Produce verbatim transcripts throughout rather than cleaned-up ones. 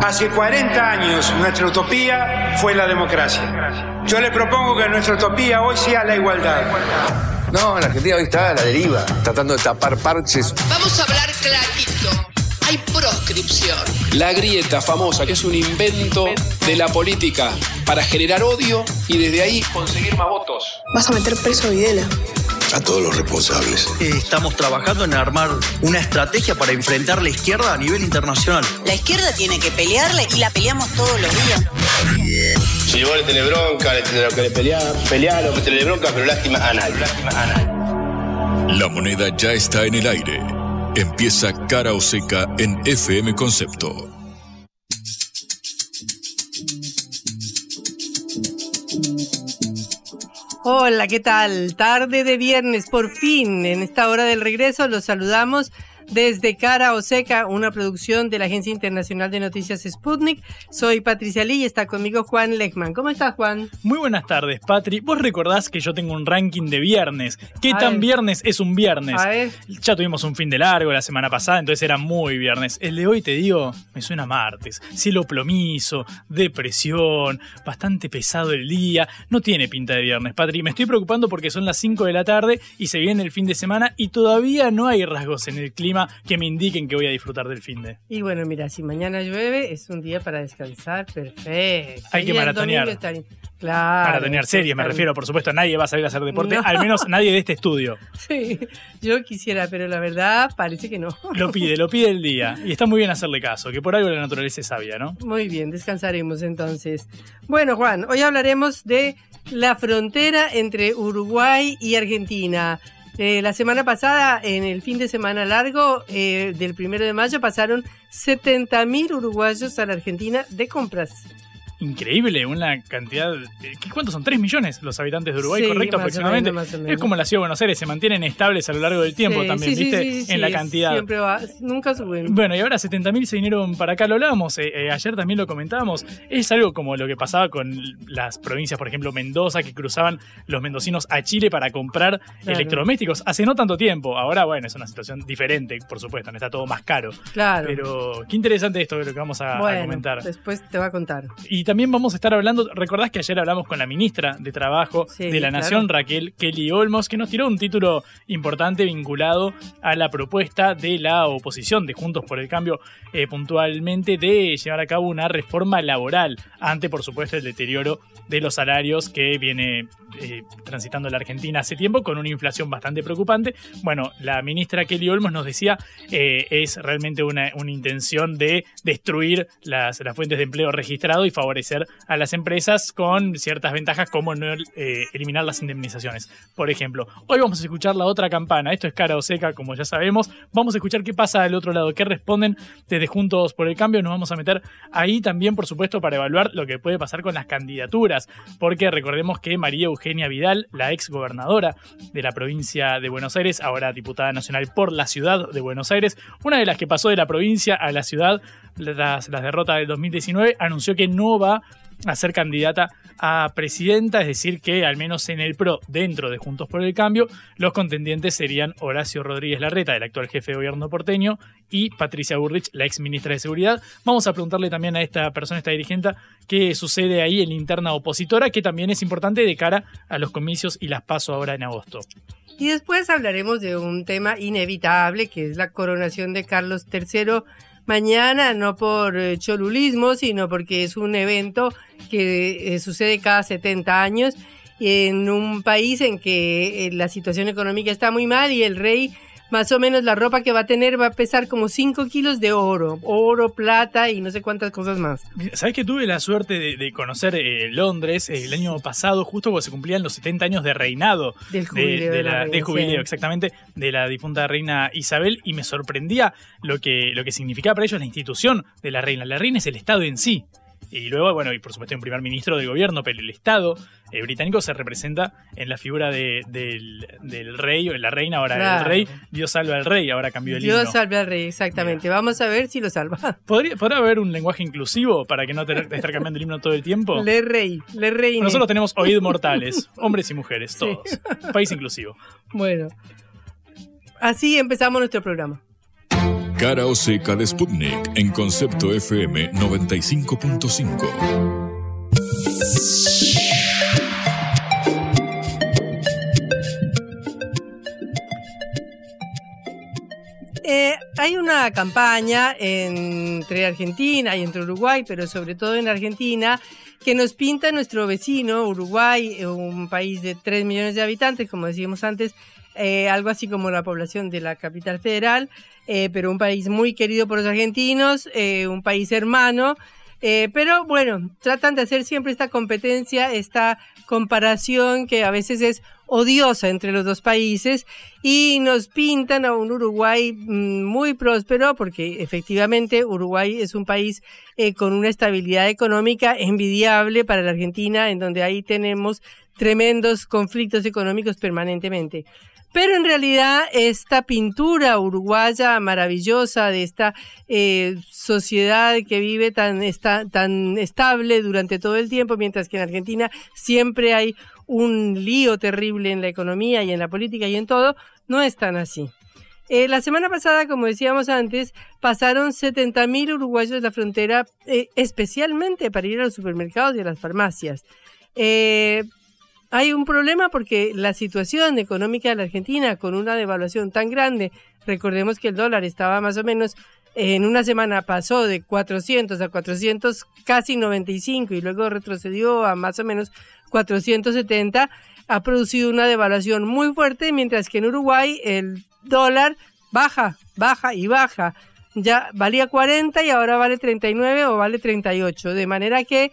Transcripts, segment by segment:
Hace cuarenta años nuestra utopía fue la democracia. Yo le propongo que nuestra utopía hoy sea la igualdad. No, la Argentina hoy está a la deriva, tratando de tapar parches. Vamos a hablar clarito. Hay proscripción. La grieta famosa, que es un invento de la política para generar odio y desde ahí conseguir más votos. Vas a meter preso a Videla. A todos los responsables. Estamos trabajando en armar una estrategia para enfrentar la izquierda a nivel internacional. La izquierda tiene que pelearle y la peleamos todos los días. Si vos le tenés bronca, le tenés que pelear, pelear o que tenés bronca, pero lástima a nadie. Lástima a nadie. La moneda ya está en el aire. Empieza Cara o Seca en F M Concepto. Hola, ¿qué tal? Tarde de viernes, por fin, en esta hora del regreso, los saludamos desde Cara o Seca, una producción de la Agencia Internacional de Noticias Sputnik. Soy Patricia Lee y está conmigo Juan Lechman. ¿Cómo estás, Juan? Muy buenas tardes, Patri. Vos recordás que yo tengo un ranking de viernes. ¿Qué A tan ver. viernes es un viernes? A ver. Ya tuvimos un fin de largo la semana pasada, entonces era muy viernes. El de hoy, te digo, me suena martes. Cielo plomizo, depresión, bastante pesado el día. No tiene pinta de viernes, Patri. Me estoy preocupando porque son las cinco de la tarde y se viene el fin de semana y todavía no hay rasgos en el clima que me indiquen que voy a disfrutar del fin de. Y bueno, mira, si mañana llueve, es un día para descansar, perfecto. Hay que Y el maratonear. domingo está bien. Claro. Maratonear series, me está refiero, por supuesto, nadie va a salir a hacer deporte, No. al menos nadie de este estudio. Sí, yo quisiera, pero la verdad parece que no. Lo pide, lo pide el día. Y está muy bien hacerle caso, que por algo la naturaleza es sabia, ¿no? Muy bien, descansaremos entonces. Bueno, Juan, hoy hablaremos de la frontera entre Uruguay y Argentina. Eh, la semana pasada, en el fin de semana largo eh, del primero de mayo, pasaron setenta mil uruguayos a la Argentina de compras. Increíble, una cantidad... De, ¿cuántos son? ¿Tres millones los habitantes de Uruguay? Sí, ¿Correcto? más o Aproximadamente. menos, más o menos. Es como la ciudad de Buenos Aires, se mantienen estables a lo largo del tiempo Sí, también, sí, ¿viste? sí, sí, sí, en la sí, cantidad. Siempre va, nunca suben. Bueno, y ahora setenta mil se vinieron para acá, lo hablábamos, eh, eh, ayer también lo comentábamos. Es algo como lo que pasaba con las provincias, por ejemplo, Mendoza, que cruzaban los mendocinos a Chile para comprar Claro. electrodomésticos hace no tanto tiempo. Ahora, bueno, es una situación diferente, por supuesto, no está todo más caro. Claro. Pero qué interesante esto de lo que vamos a, bueno, a comentar. después te va a contar. Y también vamos a estar hablando, recordás que ayer hablamos con la ministra de Trabajo Sí, de la claro. Nación, Raquel Kelly Olmos, que nos tiró un título importante vinculado a la propuesta de la oposición de Juntos por el Cambio, eh, puntualmente de llevar a cabo una reforma laboral ante, por supuesto, el deterioro de los salarios que viene eh, transitando la Argentina hace tiempo con una inflación bastante preocupante. Bueno, la ministra Kelly Olmos nos decía eh, es realmente una, una intención de destruir las, las fuentes de empleo registrado y favorecer a las empresas con ciertas ventajas como no eh, eliminar las indemnizaciones. Por ejemplo, hoy vamos a escuchar la otra campana. Esto es Cara o Seca, como ya sabemos. Vamos a escuchar qué pasa del otro lado, qué responden desde Juntos por el Cambio. Nos vamos a meter ahí también, por supuesto, para evaluar lo que puede pasar con las candidaturas, porque recordemos que María Eugenia Vidal, la ex gobernadora de la provincia de Buenos Aires, ahora diputada nacional por la ciudad de Buenos Aires, una de las que pasó de la provincia a la ciudad tras las derrotas del dos mil diecinueve, anunció que no va a ser candidata a presidenta, es decir que al menos en el PRO, dentro de Juntos por el Cambio, los contendientes serían Horacio Rodríguez Larreta, el actual jefe de gobierno porteño, y Patricia Bullrich, la ex ministra de Seguridad. Vamos a preguntarle también a esta persona, esta dirigente, qué sucede ahí en la interna opositora, que también es importante de cara a los comicios y las PASO ahora en agosto. Y después hablaremos de un tema inevitable, que es la coronación de Carlos tercero mañana, no por eh, cholulismo, sino porque es un evento que eh, sucede cada setenta años en un país en que eh, la situación económica está muy mal y el rey, más o menos la ropa que va a tener va a pesar como cinco kilos de oro, oro, plata y no sé cuántas cosas más. ¿Sabés que tuve la suerte de, de conocer eh, Londres eh, el año pasado, justo cuando se cumplían los setenta años de reinado? Del jubileo. De, de, de la, la de reina, jubileo, sí. exactamente, de la difunta reina Isabel, y me sorprendía lo que, lo que significaba para ellos la institución de la reina. La reina es el Estado en sí. Y luego, bueno, y por supuesto un primer ministro del gobierno, pero el Estado eh, británico se representa en la figura de, del, del rey, o la reina, ahora Claro. el rey. Dios salve al rey, ahora cambió el Dios himno. salve al rey, exactamente. Mira. Vamos a ver si lo salva. ¿Podría, ¿Podrá haber un lenguaje inclusivo para que no tener que estar cambiando el himno todo el tiempo? Le rey, le reine. Nosotros tenemos oídos mortales, hombres y mujeres, todos. Sí. País inclusivo. Bueno, así empezamos nuestro programa. Cara o Seca de Sputnik en Concepto F M noventa y cinco punto cinco. Eh, hay una campaña entre Argentina y entre Uruguay, pero sobre todo en Argentina, que nos pinta nuestro vecino Uruguay, un país de tres millones de habitantes, como decíamos antes, eh, algo así como la población de la capital federal, eh, pero un país muy querido por los argentinos, eh, un país hermano. Eh, pero bueno, tratan de hacer siempre esta competencia, esta comparación que a veces es odiosa entre los dos países y nos pintan a un Uruguay muy próspero porque efectivamente Uruguay es un país eh, con una estabilidad económica envidiable para la Argentina, en donde ahí tenemos tremendos conflictos económicos permanentemente. Pero en realidad esta pintura uruguaya maravillosa de esta eh, sociedad que vive tan, esta, tan estable durante todo el tiempo, mientras que en Argentina siempre hay un lío terrible en la economía y en la política y en todo, no es tan así. Eh, la semana pasada, como decíamos antes, pasaron setenta mil uruguayos de la frontera eh, especialmente para ir a los supermercados y a las farmacias. Eh... Hay un problema porque la situación económica de la Argentina, con una devaluación tan grande, recordemos que el dólar estaba más o menos, en una semana pasó de cuatrocientos a cuatrocientos, casi noventa y cinco, y luego retrocedió a más o menos cuatrocientos setenta, ha producido una devaluación muy fuerte, mientras que en Uruguay el dólar baja, baja y baja. Ya valía cuarenta y ahora vale treinta y nueve o vale treinta y ocho, de manera que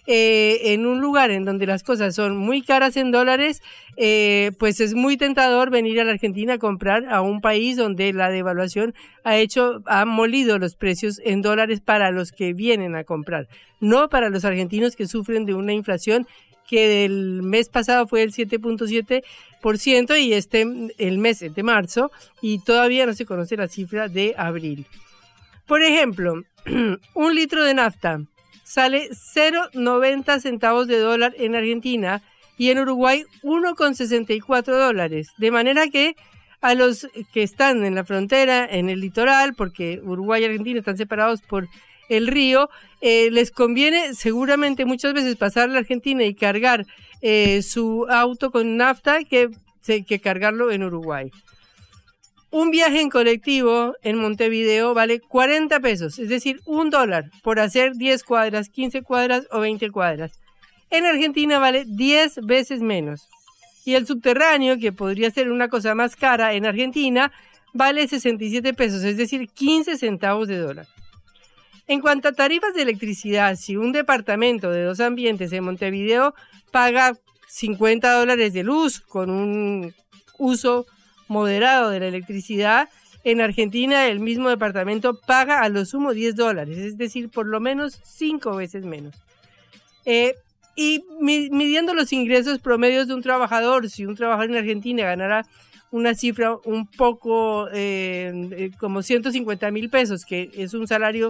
Eh, en un lugar en donde las cosas son muy caras en dólares, eh, pues es muy tentador venir a la Argentina a comprar a un país donde la devaluación ha hecho, ha molido los precios en dólares para los que vienen a comprar, no para los argentinos que sufren de una inflación que el mes pasado fue el siete punto siete por ciento y este el mes de marzo, y todavía no se conoce la cifra de abril. Por ejemplo, un litro de nafta sale cero punto noventa centavos de dólar en Argentina y en Uruguay uno punto sesenta y cuatro dólares. De manera que a los que están en la frontera, en el litoral, porque Uruguay y Argentina están separados por el río, eh, les conviene seguramente muchas veces pasar a la Argentina y cargar eh, su auto con nafta que, que cargarlo en Uruguay. Un viaje en colectivo en Montevideo vale cuarenta pesos, es decir, un dólar por hacer diez cuadras, quince cuadras o veinte cuadras. En Argentina vale diez veces menos. Y el subterráneo, que podría ser una cosa más cara en Argentina, vale sesenta y siete pesos, es decir, quince centavos de dólar. En cuanto a tarifas de electricidad, si un departamento de dos ambientes en Montevideo paga cincuenta dólares de luz con un uso moderado de la electricidad, en Argentina el mismo departamento paga a lo sumo diez dólares, es decir, por lo menos cinco veces menos. Eh, y mi, midiendo los ingresos promedios de un trabajador, si un trabajador en Argentina ganara una cifra un poco eh, eh, como ciento cincuenta mil pesos, que es un salario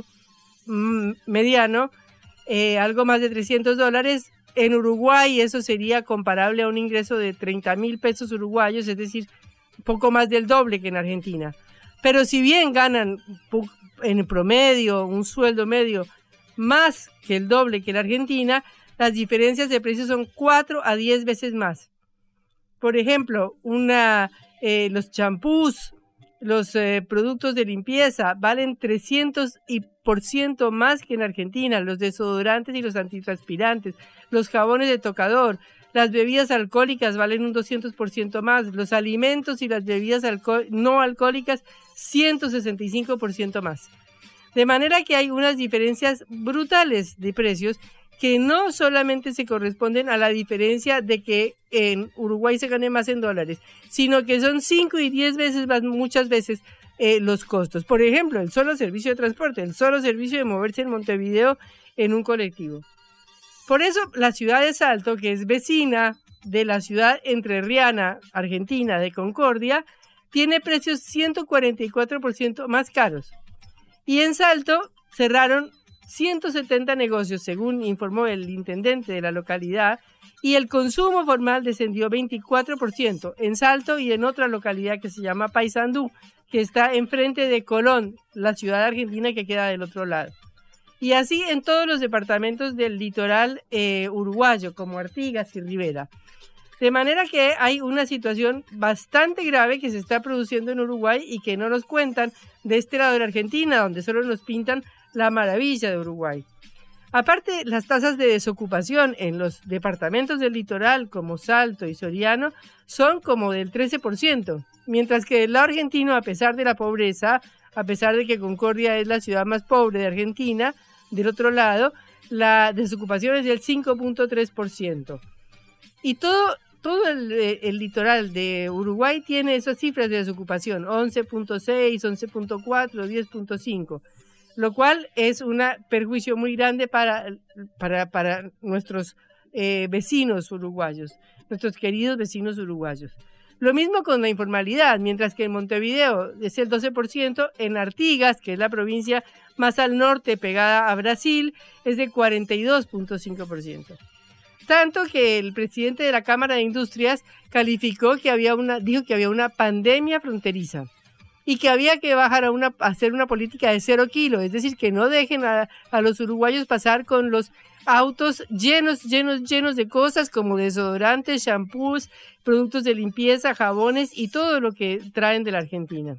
mm, mediano, eh, algo más de trescientos dólares, en Uruguay eso sería comparable a un ingreso de treinta mil pesos uruguayos, es decir, poco más del doble que en Argentina. Pero si bien ganan en promedio un sueldo medio más que el doble que en Argentina, las diferencias de precios son cuatro a diez veces más. Por ejemplo, una, eh, los champús, los eh, productos de limpieza valen trescientos por ciento más que en Argentina, los desodorantes y los antitranspirantes, los jabones de tocador. Las bebidas alcohólicas valen un doscientos por ciento más, los alimentos y las bebidas alco- no alcohólicas ciento sesenta y cinco por ciento más. De manera que hay unas diferencias brutales de precios que no solamente se corresponden a la diferencia de que en Uruguay se gane más en dólares, sino que son cinco y diez veces más, muchas veces, eh, los costos. Por ejemplo, el solo servicio de transporte, el solo servicio de moverse en Montevideo en un colectivo. Por eso la ciudad de Salto, que es vecina de la ciudad entrerriana argentina de Concordia, tiene precios ciento cuarenta y cuatro por ciento más caros. Y en Salto cerraron ciento setenta negocios, según informó el intendente de la localidad, y el consumo formal descendió veinticuatro por ciento en Salto y en otra localidad que se llama Paysandú, que está enfrente de Colón, la ciudad argentina que queda del otro lado. Y así en todos los departamentos del litoral eh, uruguayo, como Artigas y Rivera. De manera que hay una situación bastante grave que se está produciendo en Uruguay y que no nos cuentan de este lado de la Argentina, donde solo nos pintan la maravilla de Uruguay. Aparte, las tasas de desocupación en los departamentos del litoral, como Salto y Soriano, son como del trece por ciento, mientras que el lado argentino, a pesar de la pobreza, a pesar de que Concordia es la ciudad más pobre de Argentina, del otro lado, la desocupación es del cinco punto tres por ciento. Y todo, todo el, el litoral de Uruguay tiene esas cifras de desocupación, once punto seis, once punto cuatro, diez punto cinco, lo cual es un perjuicio muy grande para, para, para nuestros eh, vecinos uruguayos, nuestros queridos vecinos uruguayos. Lo mismo con la informalidad, mientras que en Montevideo es el doce por ciento, en Artigas, que es la provincia más al norte pegada a Brasil, es de cuarenta y dos punto cinco por ciento. Tanto que el presidente de la Cámara de Industrias calificó que había una, dijo que había una pandemia fronteriza y que había que bajar a, una, a hacer una política de cero kilo, es decir, que no dejen a, a los uruguayos pasar con los autos llenos, llenos, llenos de cosas como desodorantes, shampoos, productos de limpieza, jabones y todo lo que traen de la Argentina.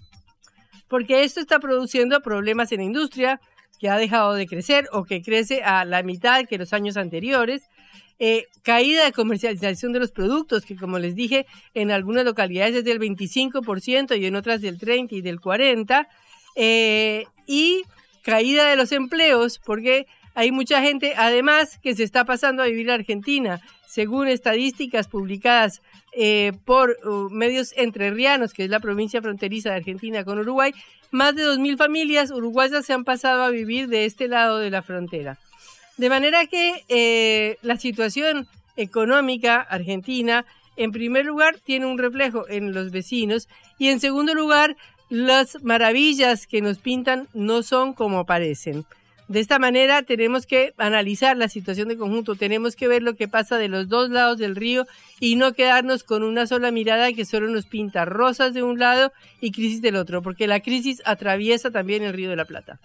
Porque esto está produciendo problemas en la industria que ha dejado de crecer o que crece a la mitad que los años anteriores. Eh, caída de comercialización de los productos, que como les dije, en algunas localidades es del veinticinco por ciento y en otras del treinta por ciento y del cuarenta por ciento. Eh, y caída de los empleos, porque hay mucha gente, además, que se está pasando a vivir a Argentina. Según estadísticas publicadas eh, por uh, medios entrerrianos, que es la provincia fronteriza de Argentina con Uruguay, más de dos mil familias uruguayas se han pasado a vivir de este lado de la frontera. De manera que eh, la situación económica argentina, en primer lugar, tiene un reflejo en los vecinos y, en segundo lugar, las maravillas que nos pintan no son como parecen. De esta manera tenemos que analizar la situación de conjunto, tenemos que ver lo que pasa de los dos lados del río y no quedarnos con una sola mirada que solo nos pinta rosas de un lado y crisis del otro, porque la crisis atraviesa también el Río de la Plata.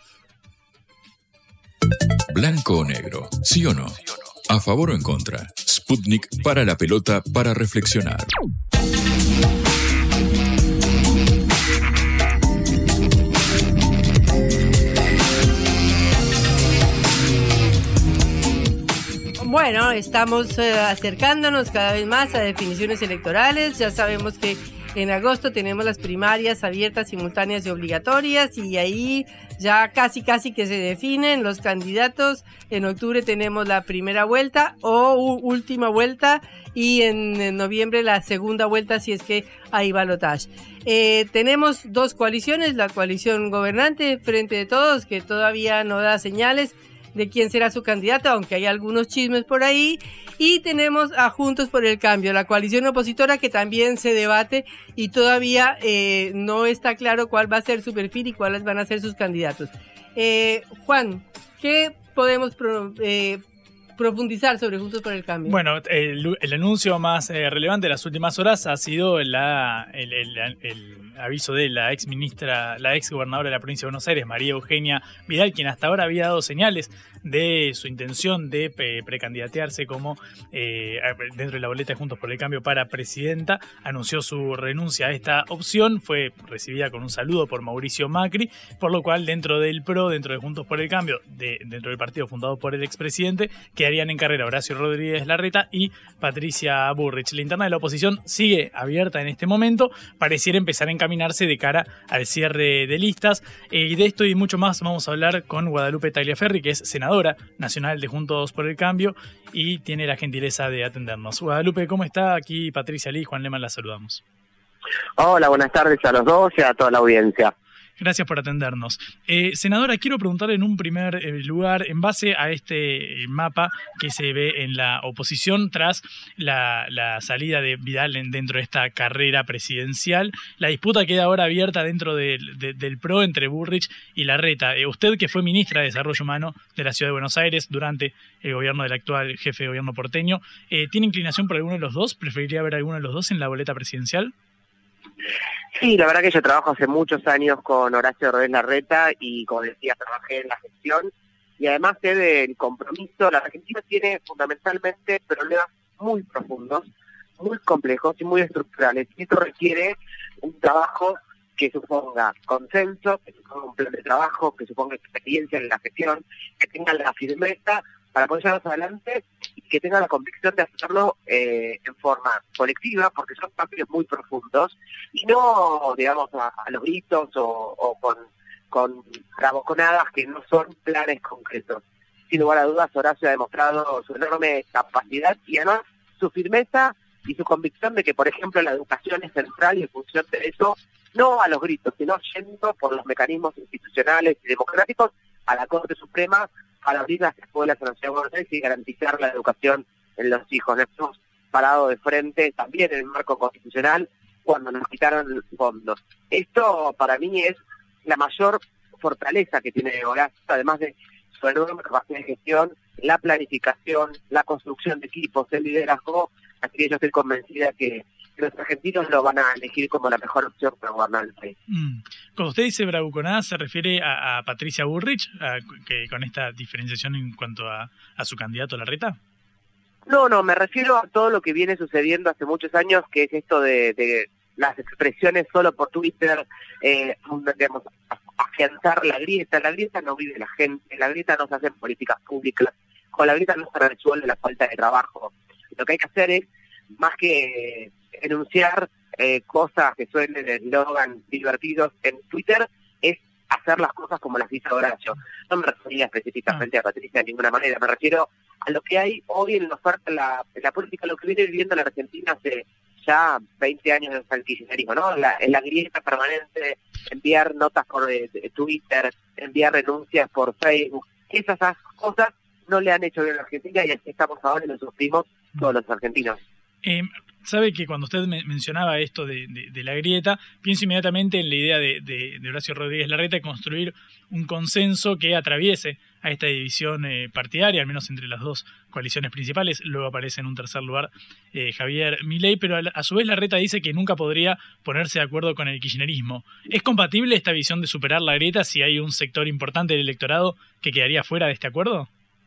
Blanco o negro, ¿sí o no? ¿A favor o en contra? Sputnik para la pelota para reflexionar. Bueno, estamos eh, acercándonos cada vez más a definiciones electorales. Ya sabemos que en agosto tenemos las primarias abiertas, simultáneas y obligatorias, y ahí ya casi casi que se definen los candidatos. En octubre tenemos la primera vuelta o u- última vuelta y en, en noviembre la segunda vuelta si es que hay balotaje. Eh, tenemos dos coaliciones, la coalición gobernante Frente de Todos, que todavía no da señales de quién será su candidato, aunque hay algunos chismes por ahí, y tenemos a Juntos por el Cambio, la coalición opositora, que también se debate y todavía eh, no está claro cuál va a ser su perfil y cuáles van a ser sus candidatos. Eh, Juan, ¿qué podemos pro, eh, profundizar sobre Juntos por el Cambio? Bueno, el, el anuncio más eh, relevante de las últimas horas ha sido la, el, el, el aviso de la ex ministra, la ex gobernadora de la provincia de Buenos Aires, María Eugenia Vidal, quien hasta ahora había dado señales de su intención de eh, precandidatearse como eh, dentro de la boleta de Juntos por el Cambio para presidenta. Anunció su renuncia a esta opción, fue recibida con un saludo por Mauricio Macri, por lo cual dentro del PRO, dentro de Juntos por el Cambio, de, dentro del partido fundado por el expresidente, quedarían en carrera Horacio Rodríguez Larreta y Patricia Bullrich. La interna de la oposición sigue abierta en este momento, pareciera empezar a encaminarse de cara al cierre de listas, eh, y de esto y mucho más vamos a hablar con Guadalupe Tagliaferri, que es senadora nacional de Juntos por el Cambio y tiene la gentileza de atendernos. Guadalupe, ¿cómo está? Aquí Patricia Lee y Juan Lehmann la saludamos. Hola, buenas tardes a los dos y a toda la audiencia. Gracias por atendernos. Eh, senadora, quiero preguntarle en un primer eh, lugar, en base a este eh, mapa que se ve en la oposición tras la, la salida de Vidal en, dentro de esta carrera presidencial, la disputa queda ahora abierta dentro del, de, del P R O entre Bullrich y Larreta. Eh, usted, que fue ministra de Desarrollo Humano de la Ciudad de Buenos Aires durante el gobierno del actual jefe de gobierno porteño, eh, ¿tiene inclinación por alguno de los dos? ¿Preferiría ver a alguno de los dos en la boleta presidencial? Sí, la verdad que yo trabajo hace muchos años con Horacio Rodríguez Larreta y, como decía, trabajé en la gestión y además sé del compromiso. La Argentina tiene fundamentalmente problemas muy profundos, muy complejos y muy estructurales, y esto requiere un trabajo que suponga consenso, que suponga un plan de trabajo, que suponga experiencia en la gestión, que tenga la firmeza para poder llevarnos adelante y que tenga la convicción de hacerlo eh, en forma colectiva, porque son cambios muy profundos y no, digamos, a, a los gritos o, o con, con bravuconadas que no son planes concretos. Sin lugar a dudas, Horacio ha demostrado su enorme capacidad y además su firmeza y su convicción de que, por ejemplo, la educación es central y en función de eso, no a los gritos, sino yendo por los mecanismos institucionales y democráticos a la Corte Suprema para abrir las escuelas en la Ciudad de Buenos Aires y garantizar la educación en los hijos. Nos hemos parado de frente también en el marco constitucional cuando nos quitaron fondos. Esto para mí es la mayor fortaleza que tiene Horacio, además de su enorme capacidad de gestión, la planificación, la construcción de equipos, el liderazgo. Así que yo estoy convencida que los argentinos lo van a elegir como la mejor opción para gobernar el país. Mm. Cuando usted dice bravuconada, ¿se refiere a, a Patricia Bullrich, a, que con esta diferenciación en cuanto a, a su candidato Larreta? No, no, me refiero a todo lo que viene sucediendo hace muchos años, que es esto de, de las expresiones solo por Twitter, eh, digamos, afianzar la grieta. La grieta no vive la gente, la grieta no se hace en políticas públicas, con la grieta no se resuelve la falta de trabajo. Lo que hay que hacer es, más que enunciar eh, cosas que suenen de eslogan divertidos en Twitter, es hacer las cosas como las dice Horacio. No me refería específicamente a Patricia de ninguna manera, me refiero a lo que hay hoy en la oferta, en la, en la política, lo que viene viviendo la Argentina hace ya veinte años en el kirchnerismo, ¿no? La, en la grieta permanente, enviar notas por eh, Twitter, enviar renuncias por Facebook, esas, esas cosas no le han hecho bien a la Argentina y así estamos ahora y lo sufrimos todos los argentinos. Eh, sabe que cuando usted me mencionaba esto de, de, de la grieta, pienso inmediatamente en la idea de, de, de Horacio Rodríguez Larreta de construir un consenso que atraviese a esta división eh, partidaria, al menos entre las dos coaliciones principales. Luego aparece en un tercer lugar eh, Javier Milei, pero a, a su vez Larreta dice que nunca podría ponerse de acuerdo con el kirchnerismo. ¿Es compatible esta visión de superar la grieta si hay un sector importante del electorado que quedaría fuera de este acuerdo?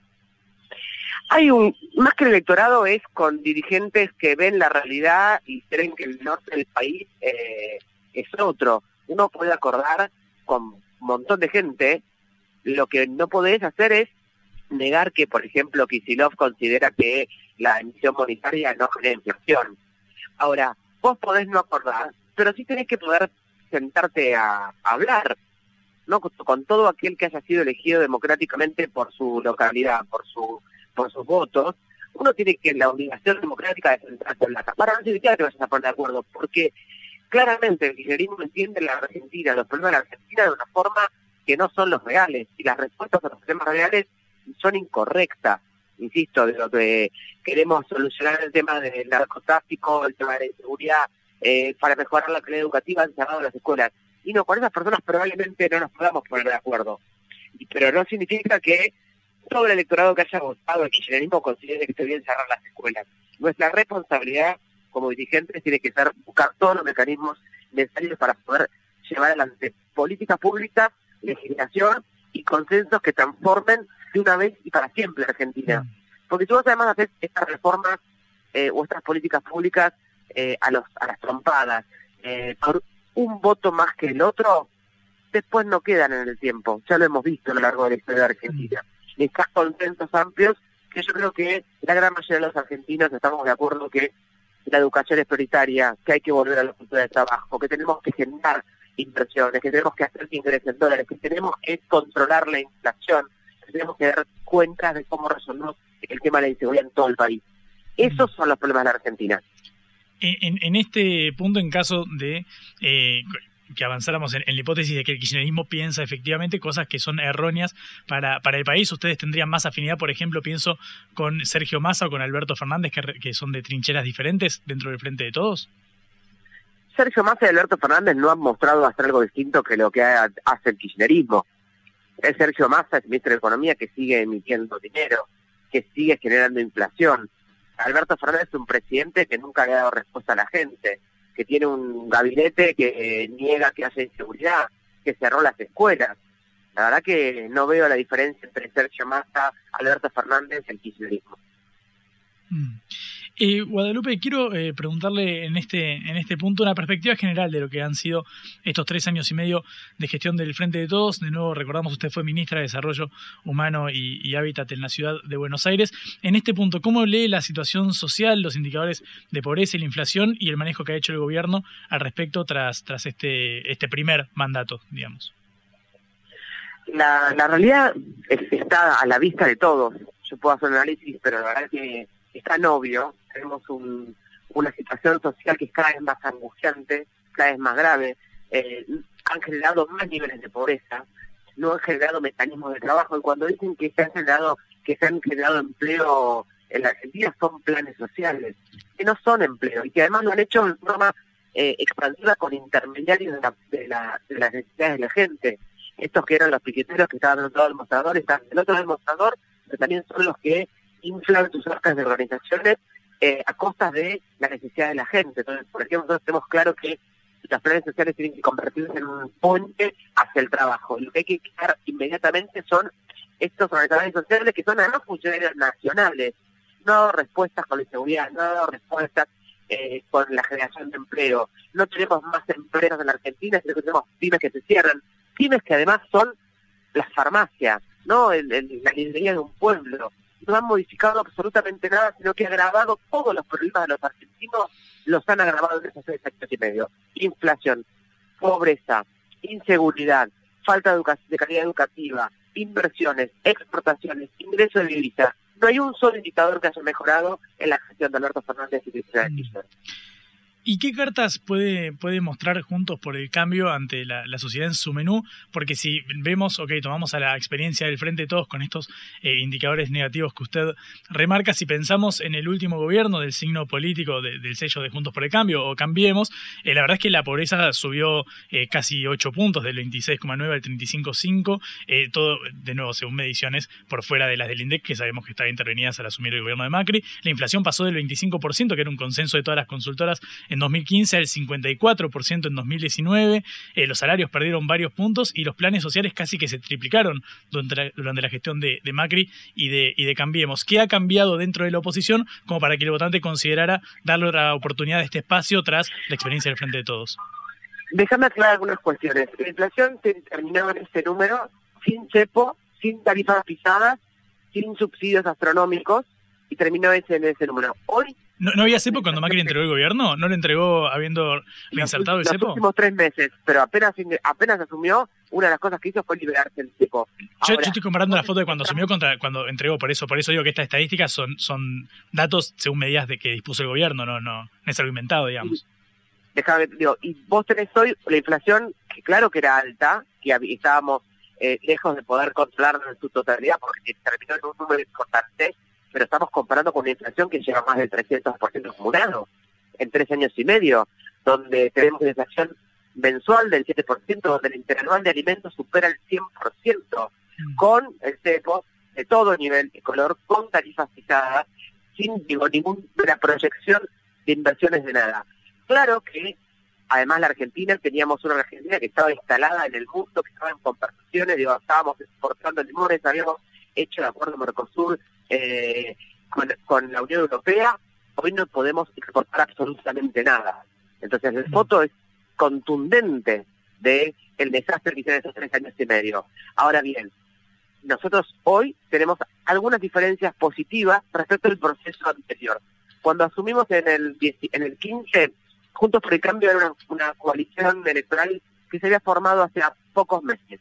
Hay un, más que el electorado es con dirigentes que ven la realidad y creen que el norte del país eh, es otro. Uno puede acordar con un montón de gente, lo que no podés hacer es negar que, por ejemplo, Kicillof considera que la emisión monetaria no genera inflación. Ahora, vos podés no acordar, pero sí tenés que poder sentarte a, a hablar, ¿no? Con, con todo aquel que haya sido elegido democráticamente por su localidad, por su por sus votos. Uno tiene que la obligación democrática de sentarse en la Cámara. No significa que te vayas a poner de acuerdo, porque claramente el kirchnerismo entiende la Argentina, los problemas de la Argentina de una forma que no son los reales, y las respuestas a los problemas reales son incorrectas. Insisto, de lo que queremos solucionar el tema del narcotráfico, el tema de la inseguridad, eh, para mejorar la calidad educativa han cerrado las escuelas. Y no, con esas personas probablemente no nos podamos poner de acuerdo. Y, pero no significa que todo el electorado que haya votado el kirchnerismo considere que esté bien cerrar las escuelas. Nuestra responsabilidad como dirigentes tiene que ser buscar todos los mecanismos necesarios para poder llevar adelante políticas públicas, legislación y consensos que transformen de una vez y para siempre a Argentina. Porque si vos además haces estas reformas eh, o estas políticas públicas eh, a, los, a las trompadas, eh, por un voto más que el otro, después no quedan en el tiempo. Ya lo hemos visto a lo largo de la historia de Argentina. Necesitas consensos amplios, que yo creo que la gran mayoría de los argentinos estamos de acuerdo que la educación es prioritaria, que hay que volver a la cultura de trabajo, que tenemos que generar inversiones, que tenemos que hacer que ingresen dólares, que tenemos que controlar la inflación, que tenemos que dar cuentas de cómo resolvemos el tema de la inseguridad en todo el país. Esos son los problemas de la Argentina. En, en este punto, en caso de... Eh, que avanzáramos en, en la hipótesis de que el kirchnerismo piensa efectivamente cosas que son erróneas para, para el país. ¿Ustedes tendrían más afinidad, por ejemplo, pienso, con Sergio Massa o con Alberto Fernández, que, que son de trincheras diferentes dentro del Frente de Todos? Sergio Massa y Alberto Fernández no han mostrado hacer algo distinto que lo que hace el kirchnerismo. Es Sergio Massa, el ministro de Economía, que sigue emitiendo dinero, que sigue generando inflación. Alberto Fernández es un presidente que nunca le ha dado respuesta a la gente, que tiene un gabinete que niega que haya inseguridad, que cerró las escuelas. La verdad que no veo la diferencia entre Sergio Massa, Alberto Fernández y el kirchnerismo. Mm. Eh, Guadalupe, quiero eh, preguntarle en este en este punto una perspectiva general de lo que han sido estos tres años y medio de gestión del Frente de Todos. De nuevo, recordamos, usted fue ministra de Desarrollo Humano y, y Hábitat en la ciudad de Buenos Aires. En este punto, ¿cómo lee la situación social, los indicadores de pobreza y la inflación y el manejo que ha hecho el gobierno al respecto tras tras este este primer mandato, digamos? La, la realidad es, está a la vista de todos. Yo puedo hacer un análisis, pero la verdad que es tan obvio. Tenemos un, una situación social que es cada vez más angustiante, cada vez más grave. Eh, han generado más niveles de pobreza, no han generado mecanismos de trabajo, y cuando dicen que se han generado, que se han generado empleo en la Argentina, son planes sociales, que no son empleo, y que además lo han hecho en forma eh, expansiva con intermediarios de, la, de, la, de las necesidades de la gente. Estos que eran los piqueteros que estaban del otro lado del mostrador, están del otro lado del mostrador, pero también son los que inflan sus arcas de organizaciones eh, a costas de la necesidad de la gente. Entonces, por ejemplo, nosotros tenemos claro que los planes sociales tienen que convertirse en un puente hacia el trabajo. Lo que hay que quitar inmediatamente son estos organizadores sociales que son además funcionarios nacionales. No ha dado respuestas con la inseguridad, no ha dado respuestas eh, con la generación de empleo. No tenemos más empleos en la Argentina, sino que tenemos pymes que se cierran. Pymes que además son las farmacias, ¿no? El, el, la librería de un pueblo. No han modificado absolutamente nada, sino que ha agravado todos los problemas de los argentinos, los han agravado en esos seis años y medio. Inflación, pobreza, inseguridad, falta de, educación, de calidad educativa, inversiones, exportaciones, ingreso de divisa. No hay un solo indicador que haya mejorado en la gestión de Alberto Fernández y Cristina Kirchner. ¿Y qué cartas puede, puede mostrar Juntos por el Cambio ante la, la sociedad en su menú? Porque si vemos, ok, tomamos a la experiencia del Frente de Todos con estos eh, indicadores negativos que usted remarca, si pensamos en el último gobierno del signo político de, del sello de Juntos por el Cambio o Cambiemos, eh, la verdad es que la pobreza subió eh, casi ocho puntos, del veintiséis coma nueve al treinta y cinco coma cinco, eh, todo, de nuevo, según mediciones, por fuera de las del INDEC, que sabemos que estaban intervenidas al asumir el gobierno de Macri. La inflación pasó del veinticinco por ciento, que era un consenso de todas las consultoras, en dos mil quince al cincuenta y cuatro por ciento en dos mil diecinueve, eh, los salarios perdieron varios puntos y los planes sociales casi que se triplicaron durante la, durante la gestión de, de Macri y de, y de Cambiemos. ¿Qué ha cambiado dentro de la oposición como para que el votante considerara darle la oportunidad de este espacio tras la experiencia del Frente de Todos? Déjame aclarar algunas cuestiones. La inflación terminó en este número sin cepo, sin tarifas pisadas, sin subsidios astronómicos, y terminó ese, en ese número. Hoy ¿No, ¿No había cepo cuando Macri entregó el gobierno? ¿No lo entregó habiendo reinsertado el los cepo? Los últimos tres meses, pero apenas apenas asumió, una de las cosas que hizo fue liberarse el cepo. Yo, Ahora, yo estoy comparando la foto de cuando asumió contra cuando entregó, por eso por eso digo que estas estadísticas son son datos según medidas de que dispuso el gobierno, no no, no es algo inventado, digamos. Déjame, digo, y vos tenés hoy la inflación, que claro que era alta, que estábamos eh, lejos de poder controlarla en su totalidad, porque terminó en un número importante, pero estamos comparando con una inflación que lleva más del trescientos por ciento acumulado en tres años y medio, donde tenemos una inflación mensual del siete por ciento, donde el interanual de alimentos supera el cien por ciento, mm. con el cepo de todo nivel y color, con tarifas fijadas, sin digo, ninguna proyección de inversiones de nada. Claro que, además, la Argentina, teníamos una Argentina que estaba instalada en el mundo, que estaba en conversaciones, digo, estábamos exportando limones, habíamos hecho el acuerdo Mercosur eh, con, con la Unión Europea. Hoy no podemos exportar absolutamente nada. Entonces, la foto es contundente de el desastre que hicieron esos tres años y medio. Ahora bien, nosotros hoy tenemos algunas diferencias positivas respecto al proceso anterior. Cuando asumimos en el, en el quince, Juntos por el Cambio era una, una coalición electoral que se había formado hace pocos meses.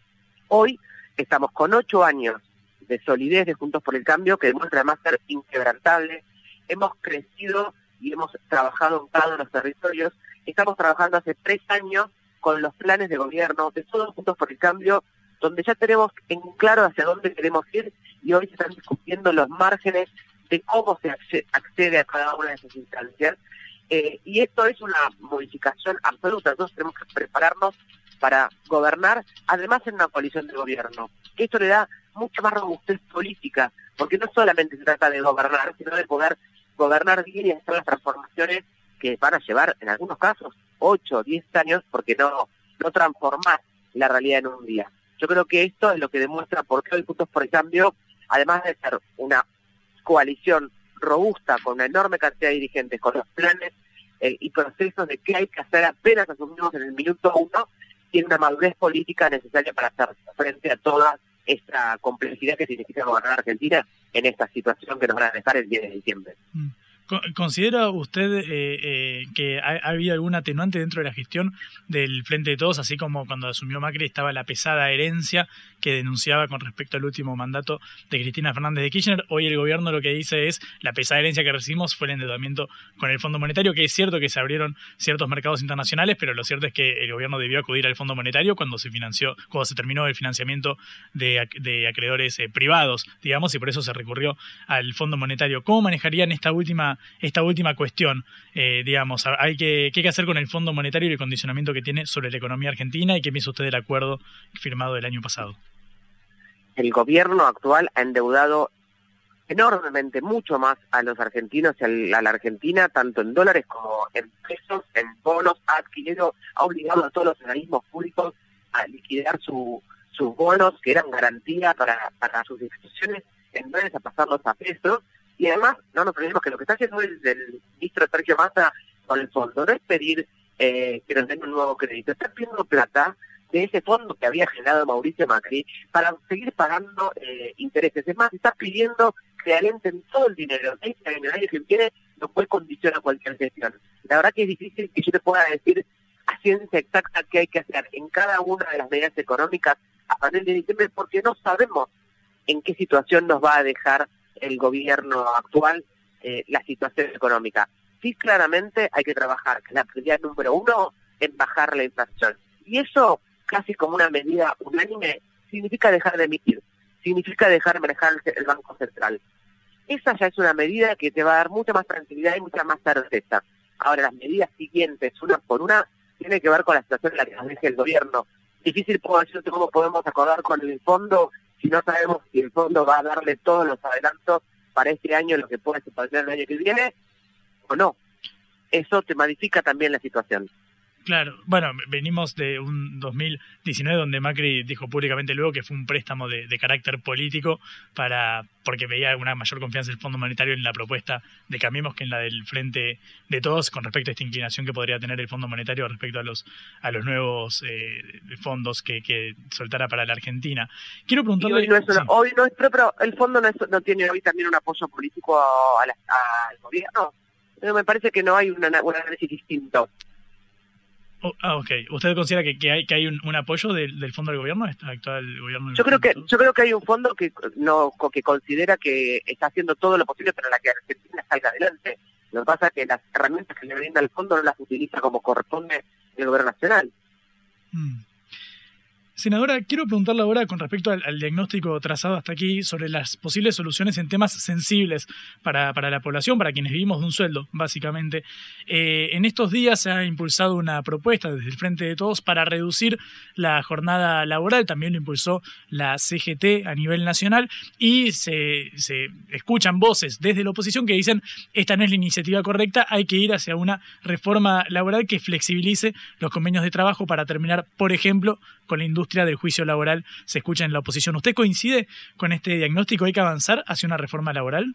Hoy estamos con ocho años de solidez de Juntos por el Cambio, que demuestra además ser inquebrantable. Hemos crecido y hemos trabajado en cada uno de los territorios. Estamos trabajando hace tres años con con los planes de gobierno de todos Juntos por el Cambio, donde ya tenemos en claro hacia dónde queremos ir y hoy se están discutiendo los márgenes de cómo se accede a cada una de esas instancias. Eh, y esto es una modificación absoluta. Nosotros tenemos que prepararnos para gobernar, además en una coalición de gobierno. Esto le da mucha más robustez política, porque no solamente se trata de gobernar, sino de poder gobernar bien y hacer las transformaciones que van a llevar, en algunos casos, ocho o diez años, porque no, no transformar la realidad en un día. Yo creo que esto es lo que demuestra por qué hoy Juntos por el Cambio, además de ser una coalición robusta, con una enorme cantidad de dirigentes, con los planes eh, y procesos de qué hay que hacer apenas asumimos en el minuto uno, tiene una madurez política necesaria para hacer frente a toda esta complejidad que significa gobernar Argentina en esta situación que nos van a dejar el diez de diciembre. Mm. ¿Considera usted eh, eh, que ha, ha habido algún atenuante dentro de la gestión del Frente de Todos, así como cuando asumió Macri estaba la pesada herencia que denunciaba con respecto al último mandato de Cristina Fernández de Kirchner? Hoy el gobierno lo que dice es la pesada herencia que recibimos fue el endeudamiento con el Fondo Monetario, que es cierto que se abrieron ciertos mercados internacionales, pero lo cierto es que el gobierno debió acudir al Fondo Monetario cuando se financió, cuando se terminó el financiamiento de, de acreedores eh, privados, digamos, y por eso se recurrió al Fondo Monetario. ¿Cómo manejarían esta última esta última cuestión? Eh, digamos, hay que, ¿qué hay que hacer con el Fondo Monetario y el condicionamiento que tiene sobre la economía argentina? ¿Y qué piensa usted del acuerdo firmado el año pasado? El gobierno actual ha endeudado enormemente, mucho más a los argentinos y a la Argentina, tanto en dólares como en pesos, en bonos, ha adquirido, ha obligado a todos los organismos públicos a liquidar su, sus bonos, que eran garantía para, para sus instituciones, en dólares a pasarlos a pesos. Y además, no nos olvidemos que lo que está haciendo el, el ministro Sergio Massa con el fondo no es pedir eh, que nos den un nuevo crédito, está pidiendo plata de ese fondo que había generado Mauricio Macri para seguir pagando eh, intereses. Es más, está pidiendo que alienten todo el dinero. Este año, el año que viene, lo cual condiciona cualquier gestión. La verdad que es difícil que yo te pueda decir a ciencia exacta qué hay que hacer en cada una de las medidas económicas a partir de diciembre, porque no sabemos en qué situación nos va a dejar el gobierno actual, eh, la situación económica. Sí, claramente hay que trabajar, que la prioridad número uno es bajar la inflación. Y eso, casi como una medida unánime, significa dejar de emitir, significa dejar manejar el Banco Central. Esa ya es una medida que te va a dar mucha más tranquilidad y mucha más certeza. Ahora, las medidas siguientes, una por una, tienen que ver con la situación en la que nos deje el gobierno. Difícil puedo decirte cómo podemos acordar con el fondo si no sabemos si el fondo va a darle todos los adelantos para este año, lo que puede suceder el año que viene, o no. Eso te modifica también la situación. Claro, bueno, venimos de un dos mil diecinueve donde Macri dijo públicamente luego que fue un préstamo de, de carácter político para porque veía una mayor confianza del Fondo Monetario en la propuesta de Cambiemos que en la del Frente de Todos con respecto a esta inclinación que podría tener el Fondo Monetario respecto a los a los nuevos eh, fondos que, que soltara para la Argentina. Quiero preguntarle... Hoy no, es una, sí. hoy no es, pero, pero el Fondo no, es, no tiene hoy también un apoyo político a la, a, al gobierno. Pero me parece que no hay una, un análisis distinto. Oh, ah, ok. ¿Usted considera que, que hay que hay un, un apoyo del, del fondo del gobierno, este actual gobierno? Yo creo que yo creo que hay un fondo que no que considera que está haciendo todo lo posible para que Argentina salga adelante. Lo que pasa es que las herramientas que le brinda el fondo no las utiliza como corresponde el gobierno nacional. Mm. Senadora, quiero preguntarle ahora con respecto al, al diagnóstico trazado hasta aquí sobre las posibles soluciones en temas sensibles para, para la población, para quienes vivimos de un sueldo, básicamente. Eh, en estos días se ha impulsado una propuesta desde el Frente de Todos para reducir la jornada laboral, también lo impulsó la C G T a nivel nacional, y se, se escuchan voces desde la oposición que dicen esta no es la iniciativa correcta, hay que ir hacia una reforma laboral que flexibilice los convenios de trabajo para terminar, por ejemplo, con la industria del juicio laboral. Se escucha en la oposición. ¿Usted coincide con este diagnóstico? ¿Hay que avanzar hacia una reforma laboral?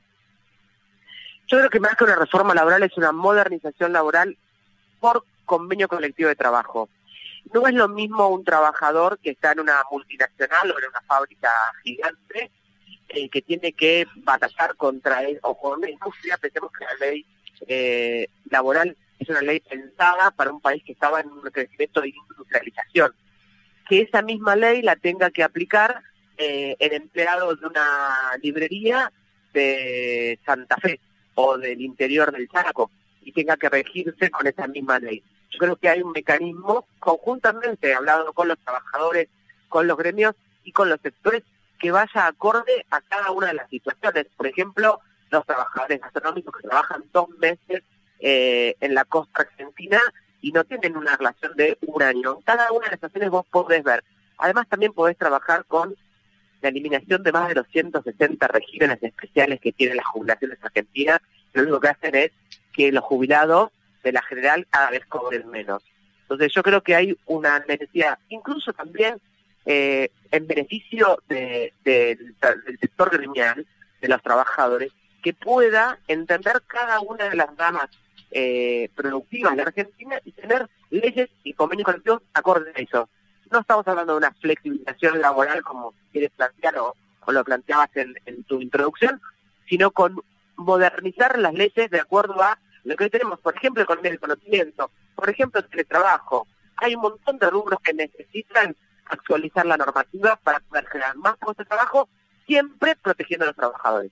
Yo creo que más que una reforma laboral es una modernización laboral por convenio colectivo de trabajo. No es lo mismo un trabajador que está en una multinacional o en una fábrica gigante eh, que tiene que batallar contra él o con una industria. Pensemos que la ley eh, laboral es una ley pensada para un país que estaba en un crecimiento de industrialización. Que esa misma ley la tenga que aplicar eh, el empleado de una librería de Santa Fe o del interior del Chaco y tenga que regirse con esa misma ley. Yo creo que hay un mecanismo conjuntamente, hablado con los trabajadores, con los gremios y con los sectores, que vaya acorde a cada una de las situaciones. Por ejemplo, los trabajadores gastronómicos que trabajan dos meses eh, en la costa argentina y no tienen una relación de un año. Cada una de las situaciones vos podés ver. Además, también podés trabajar con la eliminación de más de los ciento sesenta regímenes especiales que tienen las jubilaciones argentinas. Lo único que hacen es que los jubilados de la general cada vez cobren menos. Entonces yo creo que hay una necesidad, incluso también eh, en beneficio de, de, del sector gremial, de los trabajadores, que pueda entender cada una de las ramas eh, productivas de Argentina y tener leyes y convenios colectivos acordes a eso. No estamos hablando de una flexibilización laboral como quieres plantear o, o lo planteabas en, en tu introducción, sino con modernizar las leyes de acuerdo a lo que hoy tenemos, por ejemplo, economía del conocimiento, por ejemplo, el teletrabajo. Hay un montón de rubros que necesitan actualizar la normativa para poder generar más puestos de trabajo, siempre protegiendo a los trabajadores.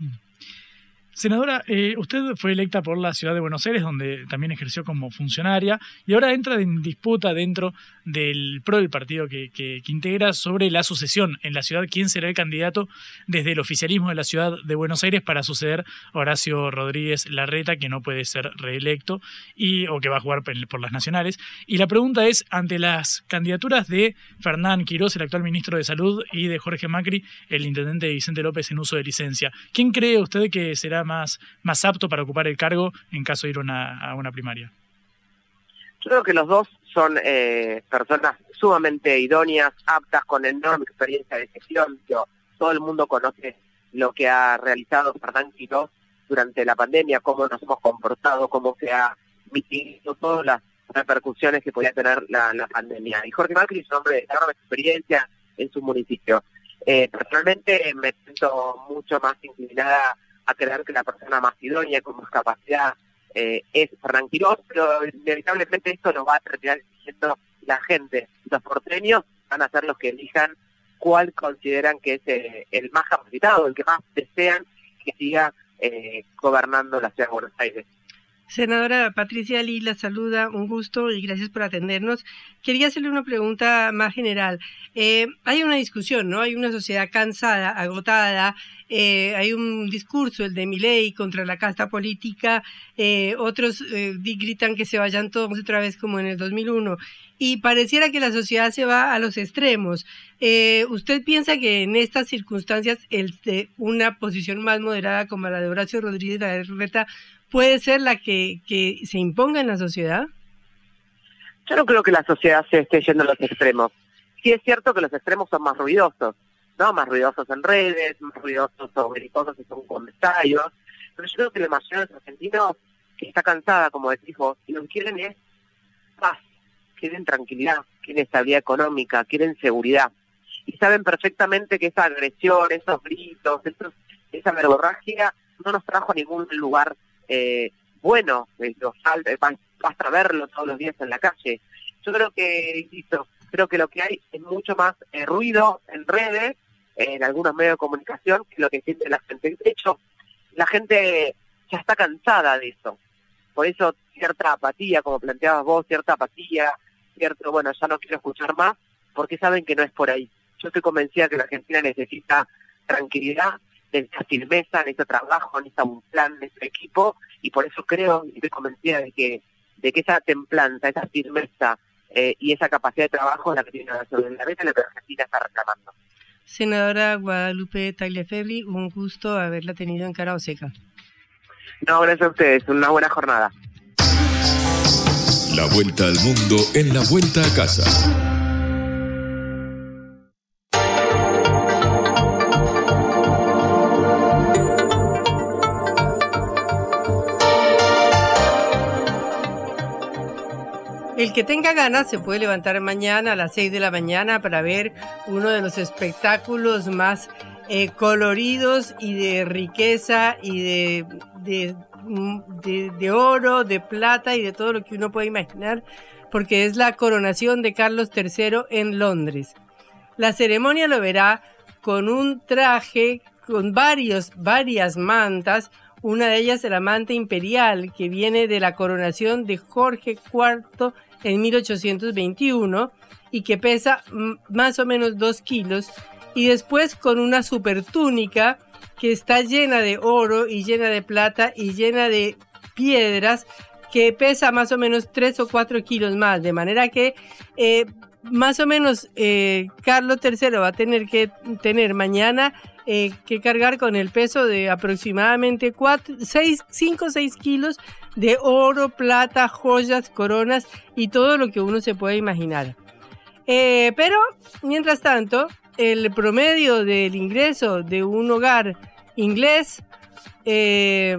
Senadora, eh, usted fue electa por la ciudad de Buenos Aires, donde también ejerció como funcionaria, y ahora entra en disputa dentro del PRO, del partido que, que, que integra, sobre la sucesión en la ciudad. ¿Quién será el candidato desde el oficialismo de la ciudad de Buenos Aires para suceder a Horacio Rodríguez Larreta, que no puede ser reelecto y o que va a jugar por, por las nacionales? Y la pregunta es, ante las candidaturas de Fernán Quirós, el actual ministro de Salud, y de Jorge Macri, el intendente Vicente López en uso de licencia, ¿quién cree usted que será más, más apto para ocupar el cargo en caso de ir una, a una primaria? Yo creo que los dos son eh, personas sumamente idóneas, aptas, con enorme experiencia de gestión. Yo, todo el mundo conoce lo que ha realizado Fernán Quirós durante la pandemia, cómo nos hemos comportado, cómo se ha mitigado todas las repercusiones que podía tener la, la pandemia. Y Jorge Macri es un hombre de enorme experiencia en su municipio. Eh, personalmente me siento mucho más inclinada a creer que la persona más idónea, con más capacidad, eh, es Fernán Quirós, pero inevitablemente esto lo va a terminar eligiendo la gente. Los porteños van a ser los que elijan cuál consideran que es eh, el más capacitado, el que más desean que siga eh, gobernando la ciudad de Buenos Aires. Senadora Patricia Lee la saluda, un gusto y gracias por atendernos. Quería hacerle una pregunta más general. Eh, hay una discusión, ¿no? Hay una sociedad cansada, agotada, eh, hay un discurso, el de Milei, contra la casta política, eh, otros eh, gritan que se vayan todos otra vez como en el dos mil uno, y pareciera que la sociedad se va a los extremos. Eh, ¿Usted piensa que en estas circunstancias el de una posición más moderada como la de Horacio Rodríguez Larreta puede ser la que, que se imponga en la sociedad? Yo no creo que la sociedad se esté yendo a los extremos. Sí es cierto que los extremos son más ruidosos, ¿no? Más ruidosos en redes, más ruidosos sobre cosas que son comentarios, pero yo creo que la mayoría de los argentinos que está cansada, como decís vos, y lo que quieren es paz, quieren tranquilidad, quieren estabilidad económica, quieren seguridad. Y saben perfectamente que esa agresión, esos gritos, esos, esa verborragia no nos trajo a ningún lugar Eh, bueno, eh, los, eh, basta verlo todos los días en la calle. Yo creo que, insisto, creo que lo que hay es mucho más eh, ruido en redes, eh, en algunos medios de comunicación, que lo que siente la gente. De hecho, la gente ya está cansada de eso. Por eso cierta apatía, como planteabas vos, cierta apatía, cierto, bueno, ya no quiero escuchar más, porque saben que no es por ahí. Yo estoy convencida que la Argentina necesita tranquilidad, necesita firmeza, necesita trabajo, necesita un plan, necesita equipo, y por eso creo y estoy convencida de que de que esa templanza, esa firmeza eh, y esa capacidad de trabajo es la que tiene la Larreta y la que Argentina está reclamando. Senadora Guadalupe Tagliaferri, un gusto haberla tenido en Cara Oseca. No, gracias a ustedes, una buena jornada. La vuelta al mundo en la vuelta a casa. El que tenga ganas se puede levantar mañana a las seis de la mañana para ver uno de los espectáculos más eh, coloridos y de riqueza y de, de, de, de oro, de plata y de todo lo que uno puede imaginar, porque es la coronación de Carlos tercero en Londres. La ceremonia lo verá con un traje, con varios, varias mantas, Una de ellas, el amante imperial, que viene de la coronación de Jorge cuarto en mil ochocientos veintiuno y que pesa m- más o menos dos kilos. Y después con una super túnica que está llena de oro y llena de plata y llena de piedras, que pesa más o menos tres o cuatro kilos más, de manera que eh, más o menos eh, Carlos tercero va a tener que tener mañana eh, que cargar con el peso de aproximadamente cinco o seis kilos de oro, plata, joyas, coronas y todo lo que uno se puede imaginar. Eh, pero, mientras tanto, el promedio del ingreso de un hogar inglés eh,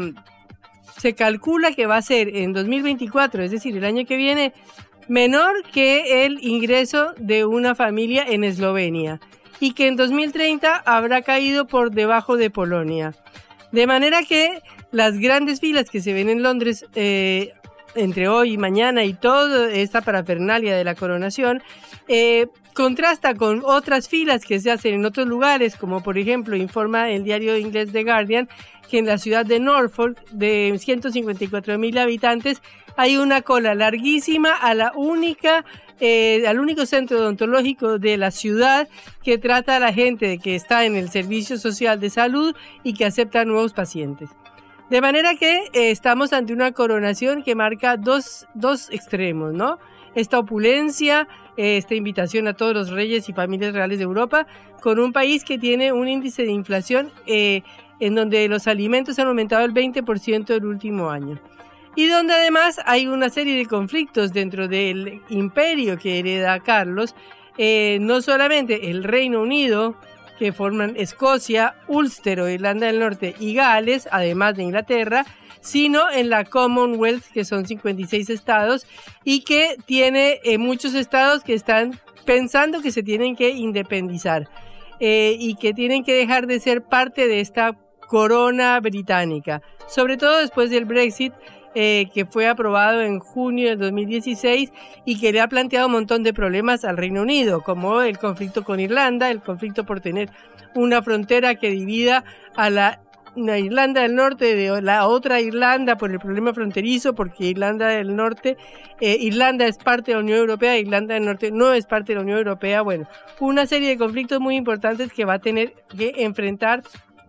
se calcula que va a ser en dos mil veinticuatro, es decir, el año que viene, menor que el ingreso de una familia en Eslovenia y que en dos mil treinta habrá caído por debajo de Polonia. De manera que las grandes filas que se ven en Londres eh, entre hoy y mañana y toda esta parafernalia de la coronación eh, contrasta con otras filas que se hacen en otros lugares, como por ejemplo informa el diario inglés The Guardian, que en la ciudad de Norfolk, de ciento cincuenta y cuatro mil habitantes, hay una cola larguísima a la única, eh, al único centro odontológico de la ciudad que trata a la gente que está en el servicio social de salud y que acepta nuevos pacientes. De manera que eh, estamos ante una coronación que marca dos, dos extremos, ¿no? Esta opulencia, eh, esta invitación a todos los reyes y familias reales de Europa, con un país que tiene un índice de inflación eh, en donde los alimentos han aumentado el veinte por ciento el último año. Y donde además hay una serie de conflictos dentro del imperio que hereda Carlos, eh, no solamente el Reino Unido, que forman Escocia, Ulster o Irlanda del Norte y Gales, además de Inglaterra, sino en la Commonwealth, que son cincuenta y seis estados, y que tiene eh, muchos estados que están pensando que se tienen que independizar eh, y que tienen que dejar de ser parte de esta corona británica, sobre todo después del Brexit, eh, que fue aprobado en junio del dos mil dieciséis y que le ha planteado un montón de problemas al Reino Unido, como el conflicto con Irlanda, el conflicto por tener una frontera que divida a la la Irlanda del Norte de la otra Irlanda por el problema fronterizo, porque Irlanda del Norte, eh, Irlanda es parte de la Unión Europea, Irlanda del Norte no es parte de la Unión Europea. Bueno, una serie de conflictos muy importantes que va a tener que enfrentar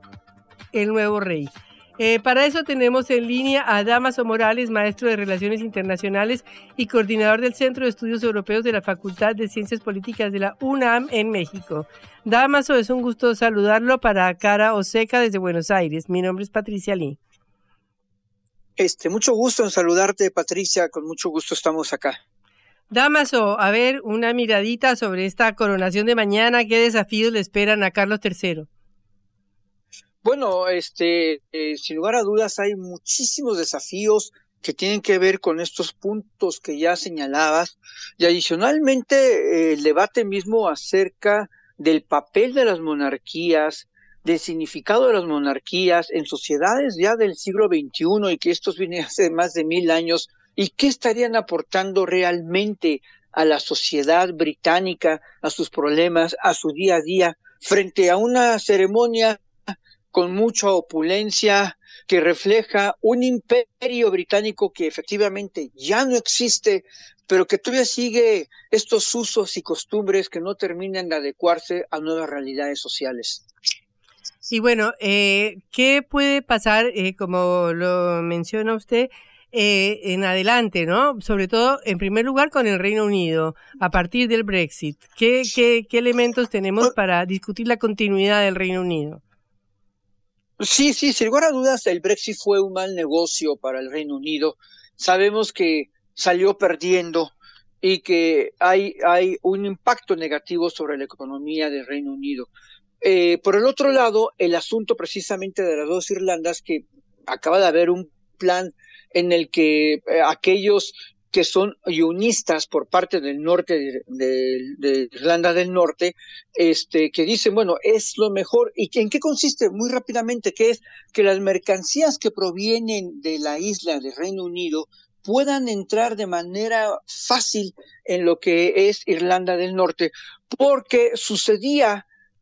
el nuevo rey. Eh, para eso tenemos en línea a Dámaso Morales, maestro de Relaciones Internacionales y coordinador del Centro de Estudios Europeos de la Facultad de Ciencias Políticas de la UNAM en México. Dámaso, es un gusto saludarlo para Cara o Seca desde Buenos Aires. Mi nombre es Patricia Lee. Este, mucho gusto en saludarte, Patricia, con mucho gusto estamos acá. Dámaso, a ver, una miradita sobre esta coronación de mañana, ¿qué desafíos le esperan a Carlos tercero? Bueno, este, eh, sin lugar a dudas hay muchísimos desafíos que tienen que ver con estos puntos que ya señalabas y adicionalmente eh, el debate mismo acerca del papel de las monarquías, del significado de las monarquías en sociedades ya del siglo veintiuno y que estos vienen hace más de mil años y qué estarían aportando realmente a la sociedad británica, a sus problemas, a su día a día, frente a una ceremonia con mucha opulencia, que refleja un imperio británico que efectivamente ya no existe, pero que todavía sigue estos usos y costumbres que no terminan de adecuarse a nuevas realidades sociales. Y bueno, eh, ¿qué puede pasar, eh, como lo menciona usted, eh, en adelante, ¿no? Sobre todo, en primer lugar, con el Reino Unido, a partir del Brexit. ¿Qué, qué, qué elementos tenemos para discutir la continuidad del Reino Unido? Sí, sí, sin lugar a dudas, el Brexit fue un mal negocio para el Reino Unido. Sabemos que salió perdiendo y que hay, hay un impacto negativo sobre la economía del Reino Unido. Eh, por el otro lado, el asunto precisamente de las dos Irlandas, que acaba de haber un plan en el que eh, aquellos que son unionistas por parte del norte de, de, de Irlanda del Norte, este, que dicen, bueno, es lo mejor. ¿Y en qué consiste? Muy rápidamente, que es que las mercancías que provienen de la isla del Reino Unido puedan entrar de manera fácil en lo que es Irlanda del Norte, porque sucedía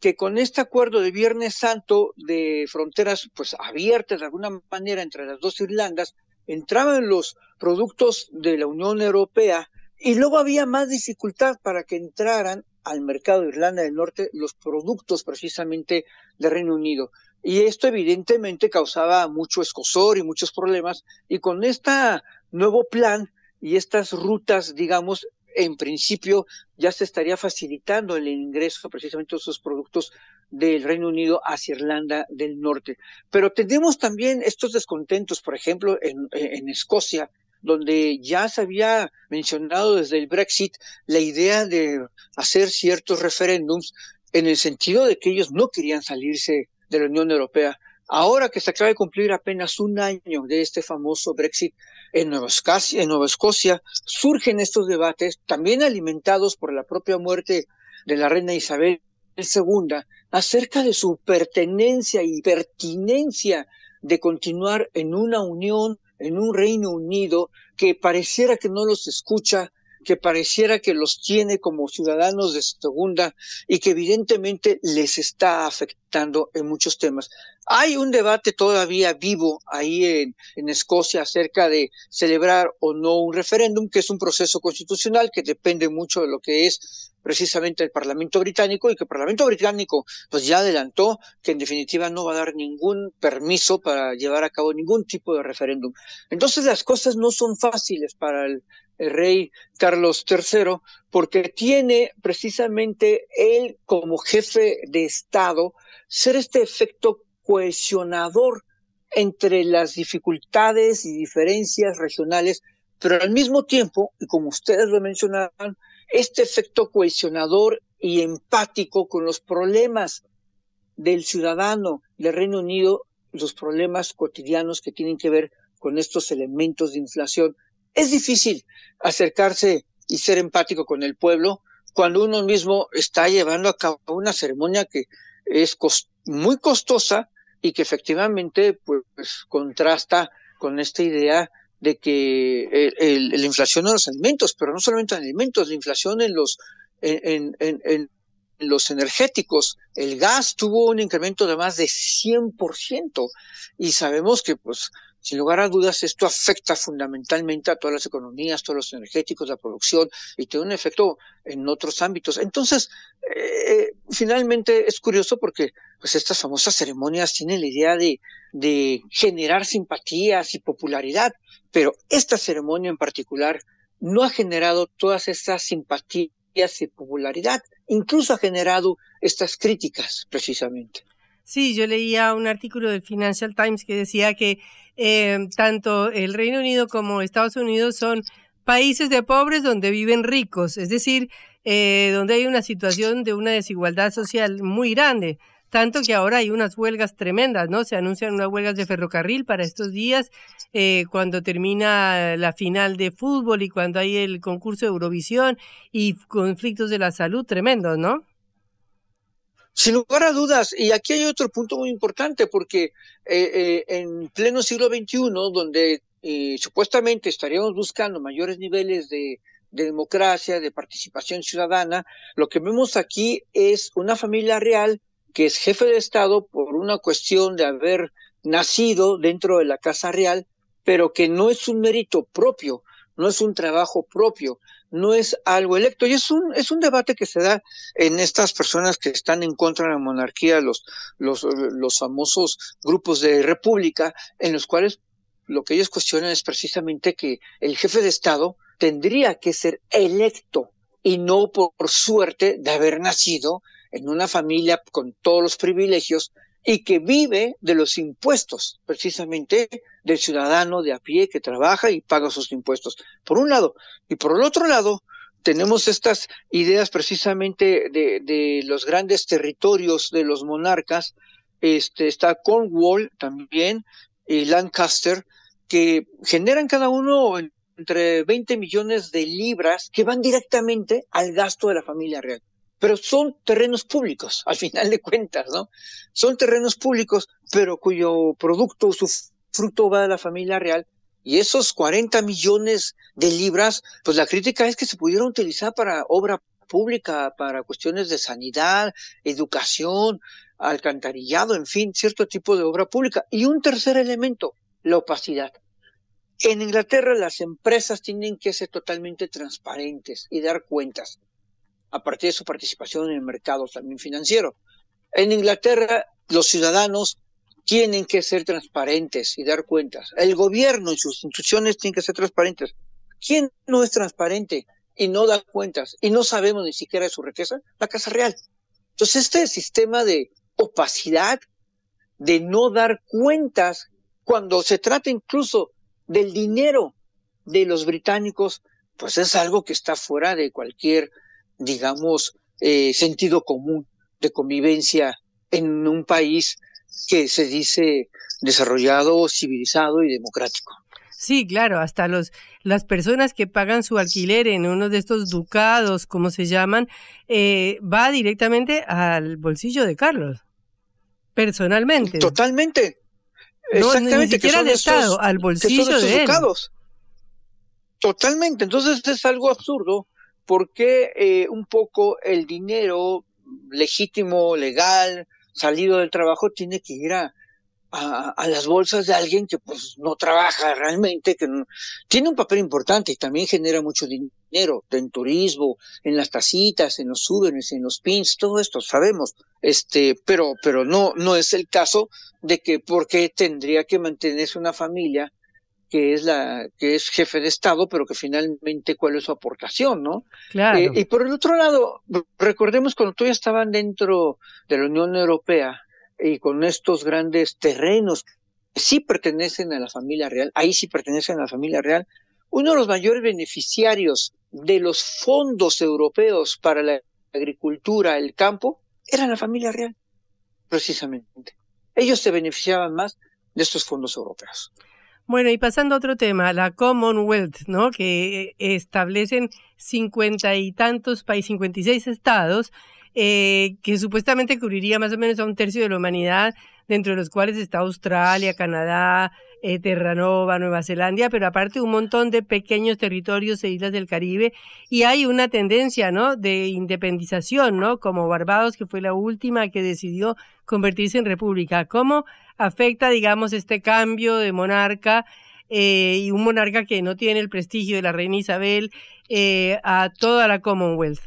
que con este acuerdo de Viernes Santo de fronteras pues abiertas de alguna manera entre las dos Irlandas, entraban los productos de la Unión Europea y luego había más dificultad para que entraran al mercado de Irlanda del Norte los productos precisamente del Reino Unido. Y esto evidentemente causaba mucho escozor y muchos problemas, y con este nuevo plan y estas rutas, digamos, en principio ya se estaría facilitando el ingreso precisamente de esos productos del Reino Unido hacia Irlanda del Norte. Pero tenemos también estos descontentos, por ejemplo, en, en Escocia, donde ya se había mencionado desde el Brexit la idea de hacer ciertos referéndums en el sentido de que ellos no querían salirse de la Unión Europea. Ahora que se acaba de cumplir apenas un año de este famoso Brexit, en Nueva Escocia, en Nueva Escocia surgen estos debates, también alimentados por la propia muerte de la reina Isabel segunda, acerca de su pertenencia y pertinencia de continuar en una unión, en un Reino Unido que pareciera que no los escucha, que pareciera que los tiene como ciudadanos de segunda y que evidentemente les está afectando en muchos temas. Hay un debate todavía vivo ahí en, en Escocia acerca de celebrar o no un referéndum, que es un proceso constitucional que depende mucho de lo que es precisamente el Parlamento británico, y que el Parlamento británico pues ya adelantó que en definitiva no va a dar ningún permiso para llevar a cabo ningún tipo de referéndum. Entonces las cosas no son fáciles para el, el rey Carlos tercero, porque tiene precisamente él como jefe de Estado ser este efecto cohesionador entre las dificultades y diferencias regionales, pero al mismo tiempo, y como ustedes lo mencionaban, este efecto cohesionador y empático con los problemas del ciudadano del Reino Unido, los problemas cotidianos que tienen que ver con estos elementos de inflación. Es difícil acercarse y ser empático con el pueblo cuando uno mismo está llevando a cabo una ceremonia que es cost- muy costosa y que efectivamente pues, contrasta con esta idea de que el, el, la inflación en los alimentos, pero no solamente en alimentos, la inflación en los en, en, en los energéticos. El gas tuvo un incremento de más de cien por ciento y sabemos que pues sin lugar a dudas esto afecta fundamentalmente a todas las economías, todos los energéticos, la producción, y tiene un efecto en otros ámbitos. Entonces, eh, finalmente es curioso porque pues estas famosas ceremonias tienen la idea de, de generar simpatías y popularidad, pero esta ceremonia en particular no ha generado todas estas simpatías y popularidad, incluso ha generado estas críticas precisamente. Sí, yo leía un artículo del Financial Times que decía que eh, tanto el Reino Unido como Estados Unidos son países de pobres donde viven ricos, es decir, eh, donde hay una situación de una desigualdad social muy grande, tanto que ahora hay unas huelgas tremendas, ¿no? Se anuncian unas huelgas de ferrocarril para estos días, eh, cuando termina la final de fútbol y cuando hay el concurso de Eurovisión, y conflictos de la salud tremendos, ¿no? Sin lugar a dudas, y aquí hay otro punto muy importante, porque eh, eh, en pleno siglo veintiuno, donde eh, supuestamente estaríamos buscando mayores niveles de, de democracia, de participación ciudadana, lo que vemos aquí es una familia real que es jefe de Estado por una cuestión de haber nacido dentro de la Casa Real, pero que no es un mérito propio, no es un trabajo propio, no es algo electo. Y es un, es un debate que se da en estas personas que están en contra de la monarquía, los, los, los famosos grupos de república, en los cuales lo que ellos cuestionan es precisamente que el jefe de Estado tendría que ser electo y no por suerte de haber nacido en una familia con todos los privilegios y que vive de los impuestos, precisamente del ciudadano de a pie que trabaja y paga sus impuestos, por un lado. Y por el otro lado, tenemos estas ideas precisamente de, de los grandes territorios de los monarcas. Este, está Cornwall también, y Lancaster, que generan cada uno entre veinte millones de libras que van directamente al gasto de la familia real. Pero son terrenos públicos, al final de cuentas, ¿no? Son terrenos públicos, pero cuyo producto, su fruto va a la familia real. Y esos cuarenta millones de libras, pues la crítica es que se pudieron utilizar para obra pública para cuestiones de sanidad, educación, alcantarillado, en fin, cierto tipo de obra pública. Y un tercer elemento, la opacidad. En Inglaterra las empresas tienen que ser totalmente transparentes y dar cuentas a partir de su participación en el mercado también financiero. En Inglaterra los ciudadanos tienen que ser transparentes y dar cuentas. El gobierno y sus instituciones tienen que ser transparentes. ¿Quién no es transparente y no da cuentas y no sabemos ni siquiera de su riqueza? La Casa Real. Entonces este sistema de opacidad, de no dar cuentas cuando se trata incluso del dinero de los británicos, pues es algo que está fuera de cualquier, digamos, eh, sentido común de convivencia en un país que se dice desarrollado, civilizado y democrático. Sí, claro, hasta los las personas que pagan su alquiler en uno de estos ducados, como se llaman, eh, va directamente al bolsillo de Carlos, personalmente. Totalmente. No, Exactamente, ni siquiera al Estado, al bolsillo de él. Ducados. Totalmente. Entonces es algo absurdo porque eh, un poco el dinero legítimo, legal, salido del trabajo, tiene que ir a, a, a las bolsas de alguien que pues no trabaja realmente, que no, tiene un papel importante y también genera mucho dinero en turismo, en las tacitas, en los souvenirs, en los pins, todo esto sabemos, este, pero, pero no, no es el caso de que porque tendría que mantenerse una familia que es la que es jefe de Estado, pero que finalmente cuál es su aportación, ¿no? Claro. Eh, y por el otro lado, recordemos cuando todavía estaban dentro de la Unión Europea y con estos grandes terrenos que sí pertenecen a la familia real, ahí sí pertenecen a la familia real, uno de los mayores beneficiarios de los fondos europeos para la agricultura, el campo, era la familia real, precisamente. Ellos se beneficiaban más de estos fondos europeos. Bueno, y pasando a otro tema, la Commonwealth, ¿no? Que establecen cincuenta y tantos países, cincuenta y seis estados, eh, que supuestamente cubriría más o menos a un tercio de la humanidad, dentro de los cuales está Australia, Canadá, eh, Terranova, Nueva Zelanda, pero aparte un montón de pequeños territorios e islas del Caribe, y hay una tendencia, ¿no? De independización, ¿no? Como Barbados, que fue la última que decidió convertirse en república. ¿Cómo afecta, digamos, este cambio de monarca eh, y un monarca que no tiene el prestigio de la reina Isabel eh, a toda la Commonwealth?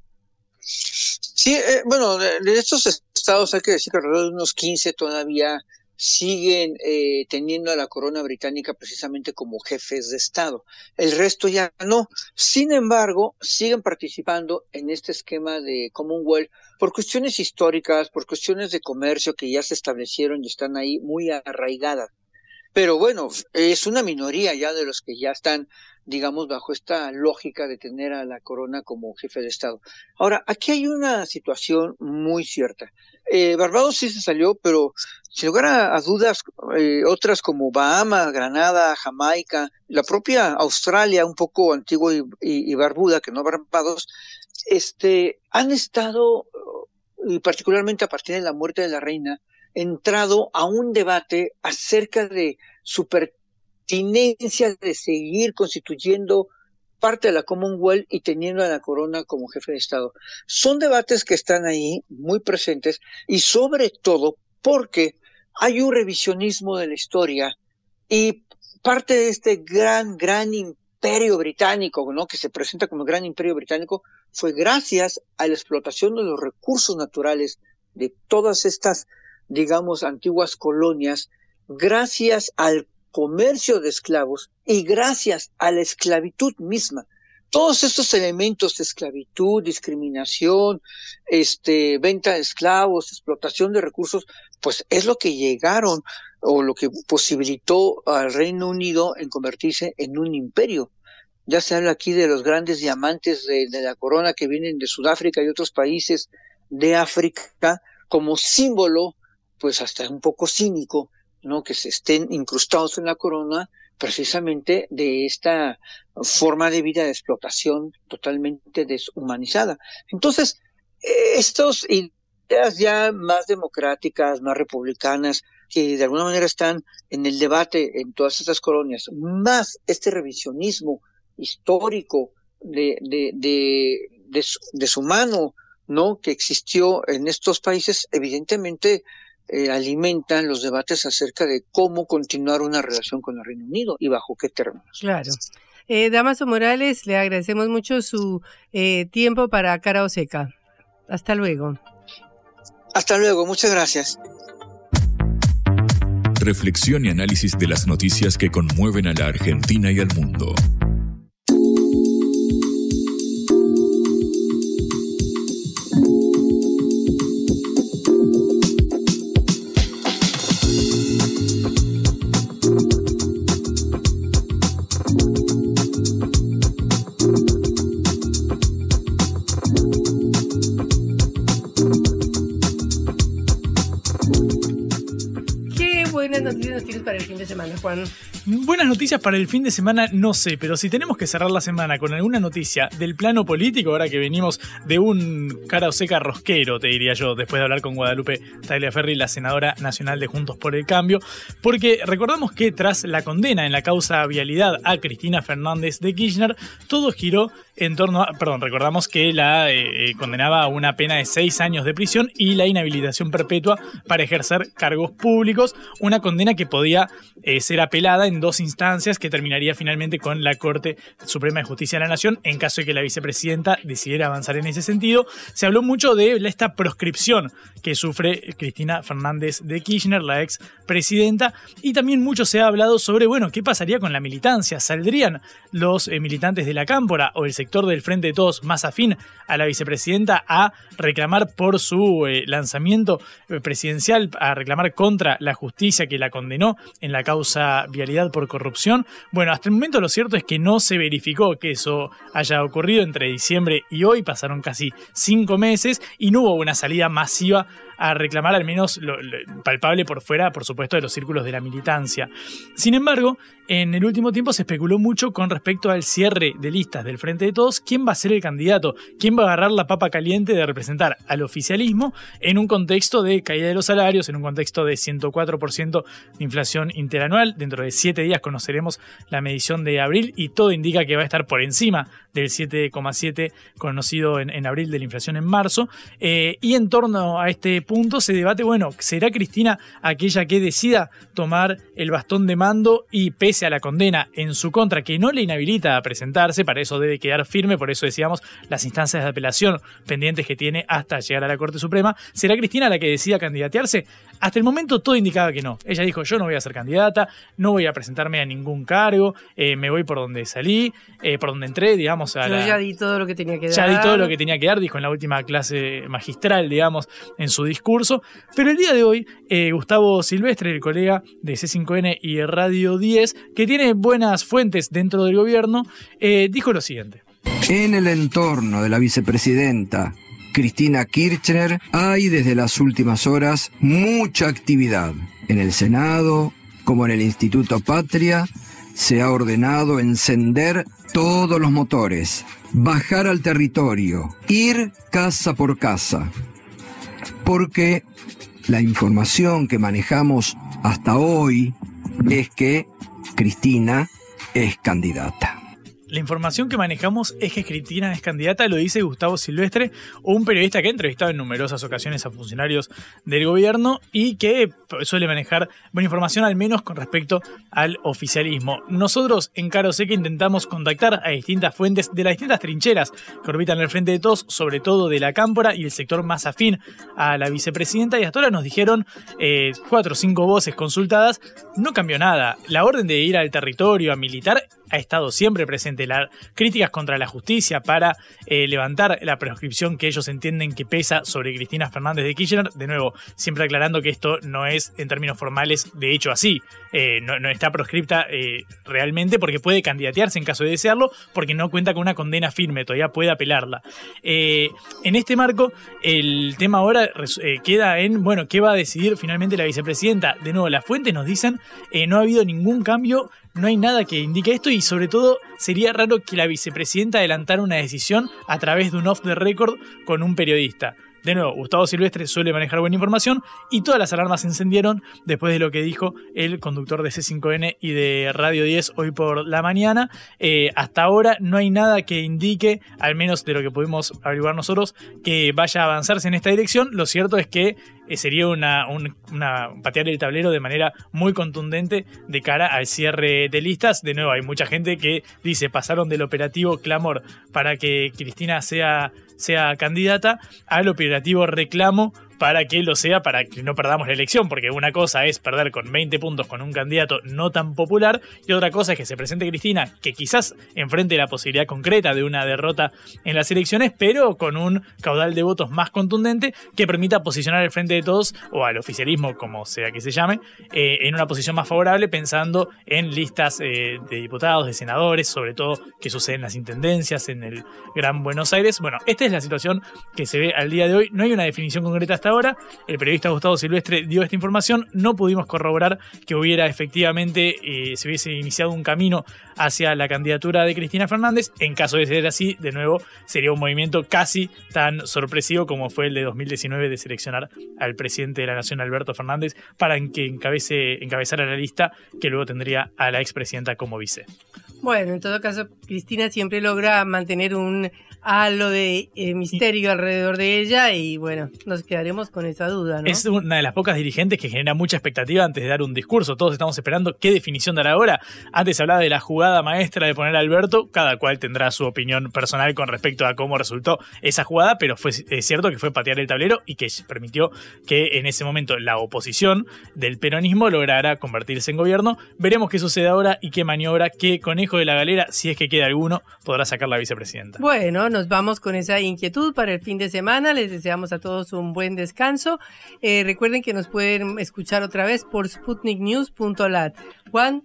Sí, eh, bueno, de, de estos estados hay que decir que alrededor de unos quince todavía siguen eh, teniendo a la corona británica precisamente como jefes de Estado. El resto ya no. Sin embargo, siguen participando en este esquema de Commonwealth por cuestiones históricas, por cuestiones de comercio que ya se establecieron y están ahí muy arraigadas. Pero bueno, es una minoría ya de los que ya están, digamos, bajo esta lógica de tener a la corona como jefe de Estado. Ahora, aquí hay una situación muy cierta. Eh, Barbados sí se salió, pero sin lugar a, a dudas, eh, otras como Bahamas, Granada, Jamaica, la propia Australia, un poco antigua y, y, y Barbuda, que no Barbados, este, han estado, y particularmente a partir de la muerte de la reina, entrado a un debate acerca de su pertinencia de seguir constituyendo parte de la Commonwealth y teniendo a la corona como jefe de Estado. Son debates que están ahí muy presentes y sobre todo porque hay un revisionismo de la historia y parte de este gran, gran imperio británico, ¿no? Que se presenta como gran imperio británico, fue gracias a la explotación de los recursos naturales de todas estas, digamos, antiguas colonias, gracias al comercio de esclavos y gracias a la esclavitud misma. Todos estos elementos de esclavitud, discriminación, este, venta de esclavos, explotación de recursos, pues es lo que llegaron o lo que posibilitó al Reino Unido en convertirse en un imperio. Ya se habla aquí de los grandes diamantes de, de la corona que vienen de Sudáfrica y otros países de África como símbolo, pues hasta un poco cínico, ¿no? Que se estén incrustados en la corona precisamente de esta forma de vida de explotación totalmente deshumanizada. Entonces, estas ideas ya más democráticas, más republicanas, que de alguna manera están en el debate en todas estas colonias, más este revisionismo histórico de, de, de, des, deshumano, ¿no?, que existió en estos países, evidentemente eh, alimentan los debates acerca de cómo continuar una relación con el Reino Unido y bajo qué términos. Claro. Eh, Dámaso Morales, le agradecemos mucho su eh, tiempo para Cara o Seca. Hasta luego. Hasta luego, muchas gracias. Reflexión y análisis de las noticias que conmueven a la Argentina y al mundo. Buenas noticias nos tienes para el fin de semana, Juan. Buenas noticias para el fin de semana, no sé, pero si tenemos que cerrar la semana con alguna noticia del plano político, ahora que venimos de un Cara o Seca rosquero, te diría yo, después de hablar con Guadalupe Tagliaferri, la senadora nacional de Juntos por el Cambio, porque recordamos que tras la condena en la causa Vialidad a Cristina Fernández de Kirchner, todo giró en torno a, perdón, recordamos que la eh, condenaba a una pena de seis años de prisión y la inhabilitación perpetua para ejercer cargos públicos, una condena que podía eh, ser apelada en dos instancias que terminaría finalmente con la Corte Suprema de Justicia de la Nación en caso de que la vicepresidenta decidiera avanzar en ese sentido. Se habló mucho de esta proscripción que sufre Cristina Fernández de Kirchner, la ex presidenta, y también mucho se ha hablado sobre, bueno, qué pasaría con la militancia. ¿Saldrían los eh, militantes de la Cámpora o el sector del Frente de Todos más afín a la vicepresidenta a reclamar por su eh, lanzamiento eh, presidencial, a reclamar contra la justicia que la condenó en la causa Vialidad por corrupción? Bueno, hasta el momento lo cierto es que no se verificó que eso haya ocurrido entre diciembre y hoy, pasaron casi cinco meses y no hubo una salida masiva a reclamar, al menos lo, lo palpable por fuera, por supuesto, de los círculos de la militancia. Sin embargo, en el último tiempo se especuló mucho con respecto al cierre de listas del Frente de Todos, quién va a ser el candidato, quién va a agarrar la papa caliente de representar al oficialismo en un contexto de caída de los salarios, en un contexto de ciento cuatro por ciento de inflación interanual. Dentro de siete días conoceremos la medición de abril y todo indica que va a estar por encima del siete coma siete conocido en, en abril de la inflación en marzo. Eh, y en torno a este punto se debate, bueno, ¿será Cristina aquella que decida tomar el bastón de mando y, pese a la condena en su contra, que no le inhabilita a presentarse, para eso debe quedar firme, por eso decíamos las instancias de apelación pendientes que tiene hasta llegar a la Corte Suprema, ¿será Cristina la que decida candidatearse? Hasta el momento todo indicaba que no. Ella dijo, yo no voy a ser candidata, no voy a presentarme a ningún cargo, eh, me voy por donde salí, eh, por donde entré, digamos. A yo la... ya di todo lo que tenía que dar. Ya di todo lo que tenía que dar, dijo en la última clase magistral, digamos, en su discurso. Pero el día de hoy, eh, Gustavo Silvestre, el colega de C cinco N y Radio diez, que tiene buenas fuentes dentro del gobierno, eh, dijo lo siguiente. En el entorno de la vicepresidenta Cristina Kirchner hay desde las últimas horas mucha actividad. En el Senado, como en el Instituto Patria, se ha ordenado encender todos los motores, bajar al territorio, ir casa por casa, porque la información que manejamos hasta hoy es que Cristina es candidata. La información que manejamos es que Cristina es candidata, lo dice Gustavo Silvestre, un periodista que ha entrevistado en numerosas ocasiones a funcionarios del gobierno y que suele manejar buena información, al menos con respecto al oficialismo. Nosotros en Cara o Seca intentamos contactar a distintas fuentes de las distintas trincheras que orbitan el Frente de Todos, sobre todo de la Cámpora y el sector más afín a la vicepresidenta, y hasta ahora nos dijeron eh, cuatro o cinco voces consultadas, no cambió nada. La orden de ir al territorio a militar ha estado siempre presente. Las críticas contra la justicia para eh, levantar la prescripción que ellos entienden que pesa sobre Cristina Fernández de Kirchner, de nuevo, siempre aclarando que esto no es en términos formales de hecho así, eh, no, no está proscripta eh, realmente, porque puede candidatearse en caso de desearlo, porque no cuenta con una condena firme, todavía puede apelarla. Eh, en este marco, el tema ahora eh, queda en, bueno, ¿qué va a decidir finalmente la vicepresidenta? De nuevo, las fuentes nos dicen, eh, no ha habido ningún cambio, no hay nada que indique esto, y sobre todo sería raro que la vicepresidenta adelantara una decisión a través de un off the record con un periodista. De nuevo, Gustavo Silvestre suele manejar buena información y todas las alarmas se encendieron después de lo que dijo el conductor de C cinco N y de Radio diez hoy por la mañana. Eh, hasta ahora no hay nada que indique, al menos de lo que pudimos averiguar nosotros, que vaya a avanzarse en esta dirección. Lo cierto es que eh, sería una, un, una patear el tablero de manera muy contundente de cara al cierre de listas. De nuevo, hay mucha gente que dice pasaron del operativo clamor para que Cristina sea, sea candidata al operativo reclamo para que lo sea, para que no perdamos la elección, porque una cosa es perder con veinte puntos con un candidato no tan popular y otra cosa es que se presente Cristina, que quizás enfrente la posibilidad concreta de una derrota en las elecciones, pero con un caudal de votos más contundente que permita posicionar al Frente de Todos o al oficialismo, como sea que se llame, eh, en una posición más favorable, pensando en listas eh, de diputados, de senadores, sobre todo que sucede en las intendencias, en el Gran Buenos Aires. Bueno, esta es la situación que se ve al día de hoy. No hay una definición concreta hasta ahora. El periodista Gustavo Silvestre dio esta información. No pudimos corroborar que hubiera efectivamente eh, se hubiese iniciado un camino hacia la candidatura de Cristina Fernández. En caso de ser así, de nuevo, sería un movimiento casi tan sorpresivo como fue el de dos mil diecinueve de seleccionar al presidente de la Nación, Alberto Fernández, para que encabece, encabezara la lista que luego tendría a la expresidenta como vice. Bueno, en todo caso, Cristina siempre logra mantener un halo de eh, misterio y, alrededor de ella y bueno, nos quedaremos con esa duda, ¿no? Es una de las pocas dirigentes que genera mucha expectativa antes de dar un discurso. Todos estamos esperando qué definición dará ahora. Antes hablaba de la jugada maestra de poner a Alberto. Cada cual tendrá su opinión personal con respecto a cómo resultó esa jugada, pero fue es cierto que fue patear el tablero y que permitió que en ese momento la oposición del peronismo lograra convertirse en gobierno. Veremos qué sucede ahora y qué maniobra, qué conejo de la galera, si es que queda alguno, podrá sacar la vicepresidenta. Bueno, nos vamos con esa inquietud para el fin de semana. Les deseamos a todos un buen descanso. Eh, recuerden que nos pueden escuchar otra vez por sputnik news punto lat. Juan.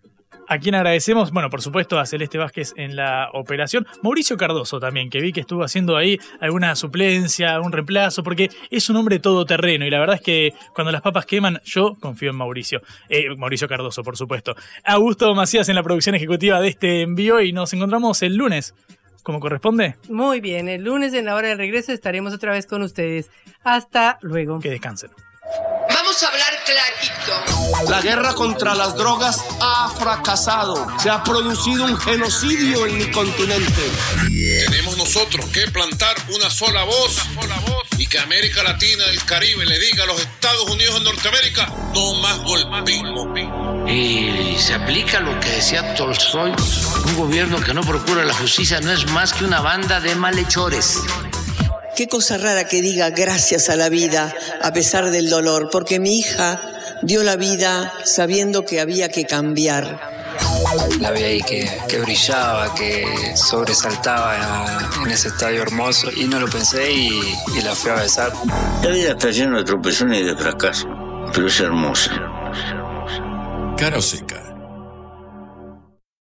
A quien agradecemos, bueno, por supuesto a Celeste Vázquez en la operación, Mauricio Cardoso también, que vi que estuvo haciendo ahí alguna suplencia, un reemplazo, porque es un hombre todoterreno y la verdad es que cuando las papas queman, yo confío en Mauricio, eh, Mauricio Cardoso, por supuesto. Augusto Macías en la producción ejecutiva de este envío y nos encontramos el lunes, como corresponde. Muy bien, el lunes en la hora del regreso estaremos otra vez con ustedes. Hasta luego. Que descansen. Vamos a hablar clarito. La guerra contra las drogas ha fracasado. Se ha producido un genocidio en mi continente. Tenemos nosotros que plantar una sola voz, una sola voz y que América Latina y el Caribe le diga a los Estados Unidos de Norteamérica, no más golpismo. Y se aplica lo que decía Tolstoy, un gobierno que no procura la justicia no es más que una banda de malhechores. Qué cosa rara que diga gracias a la vida a pesar del dolor, porque mi hija dio la vida sabiendo que había que cambiar. La vi ahí que, que brillaba, que sobresaltaba en ese estadio hermoso y no lo pensé y, y la fui a besar. La vida está llena de tropezones y de fracasos, pero es hermosa. Cara o Seca.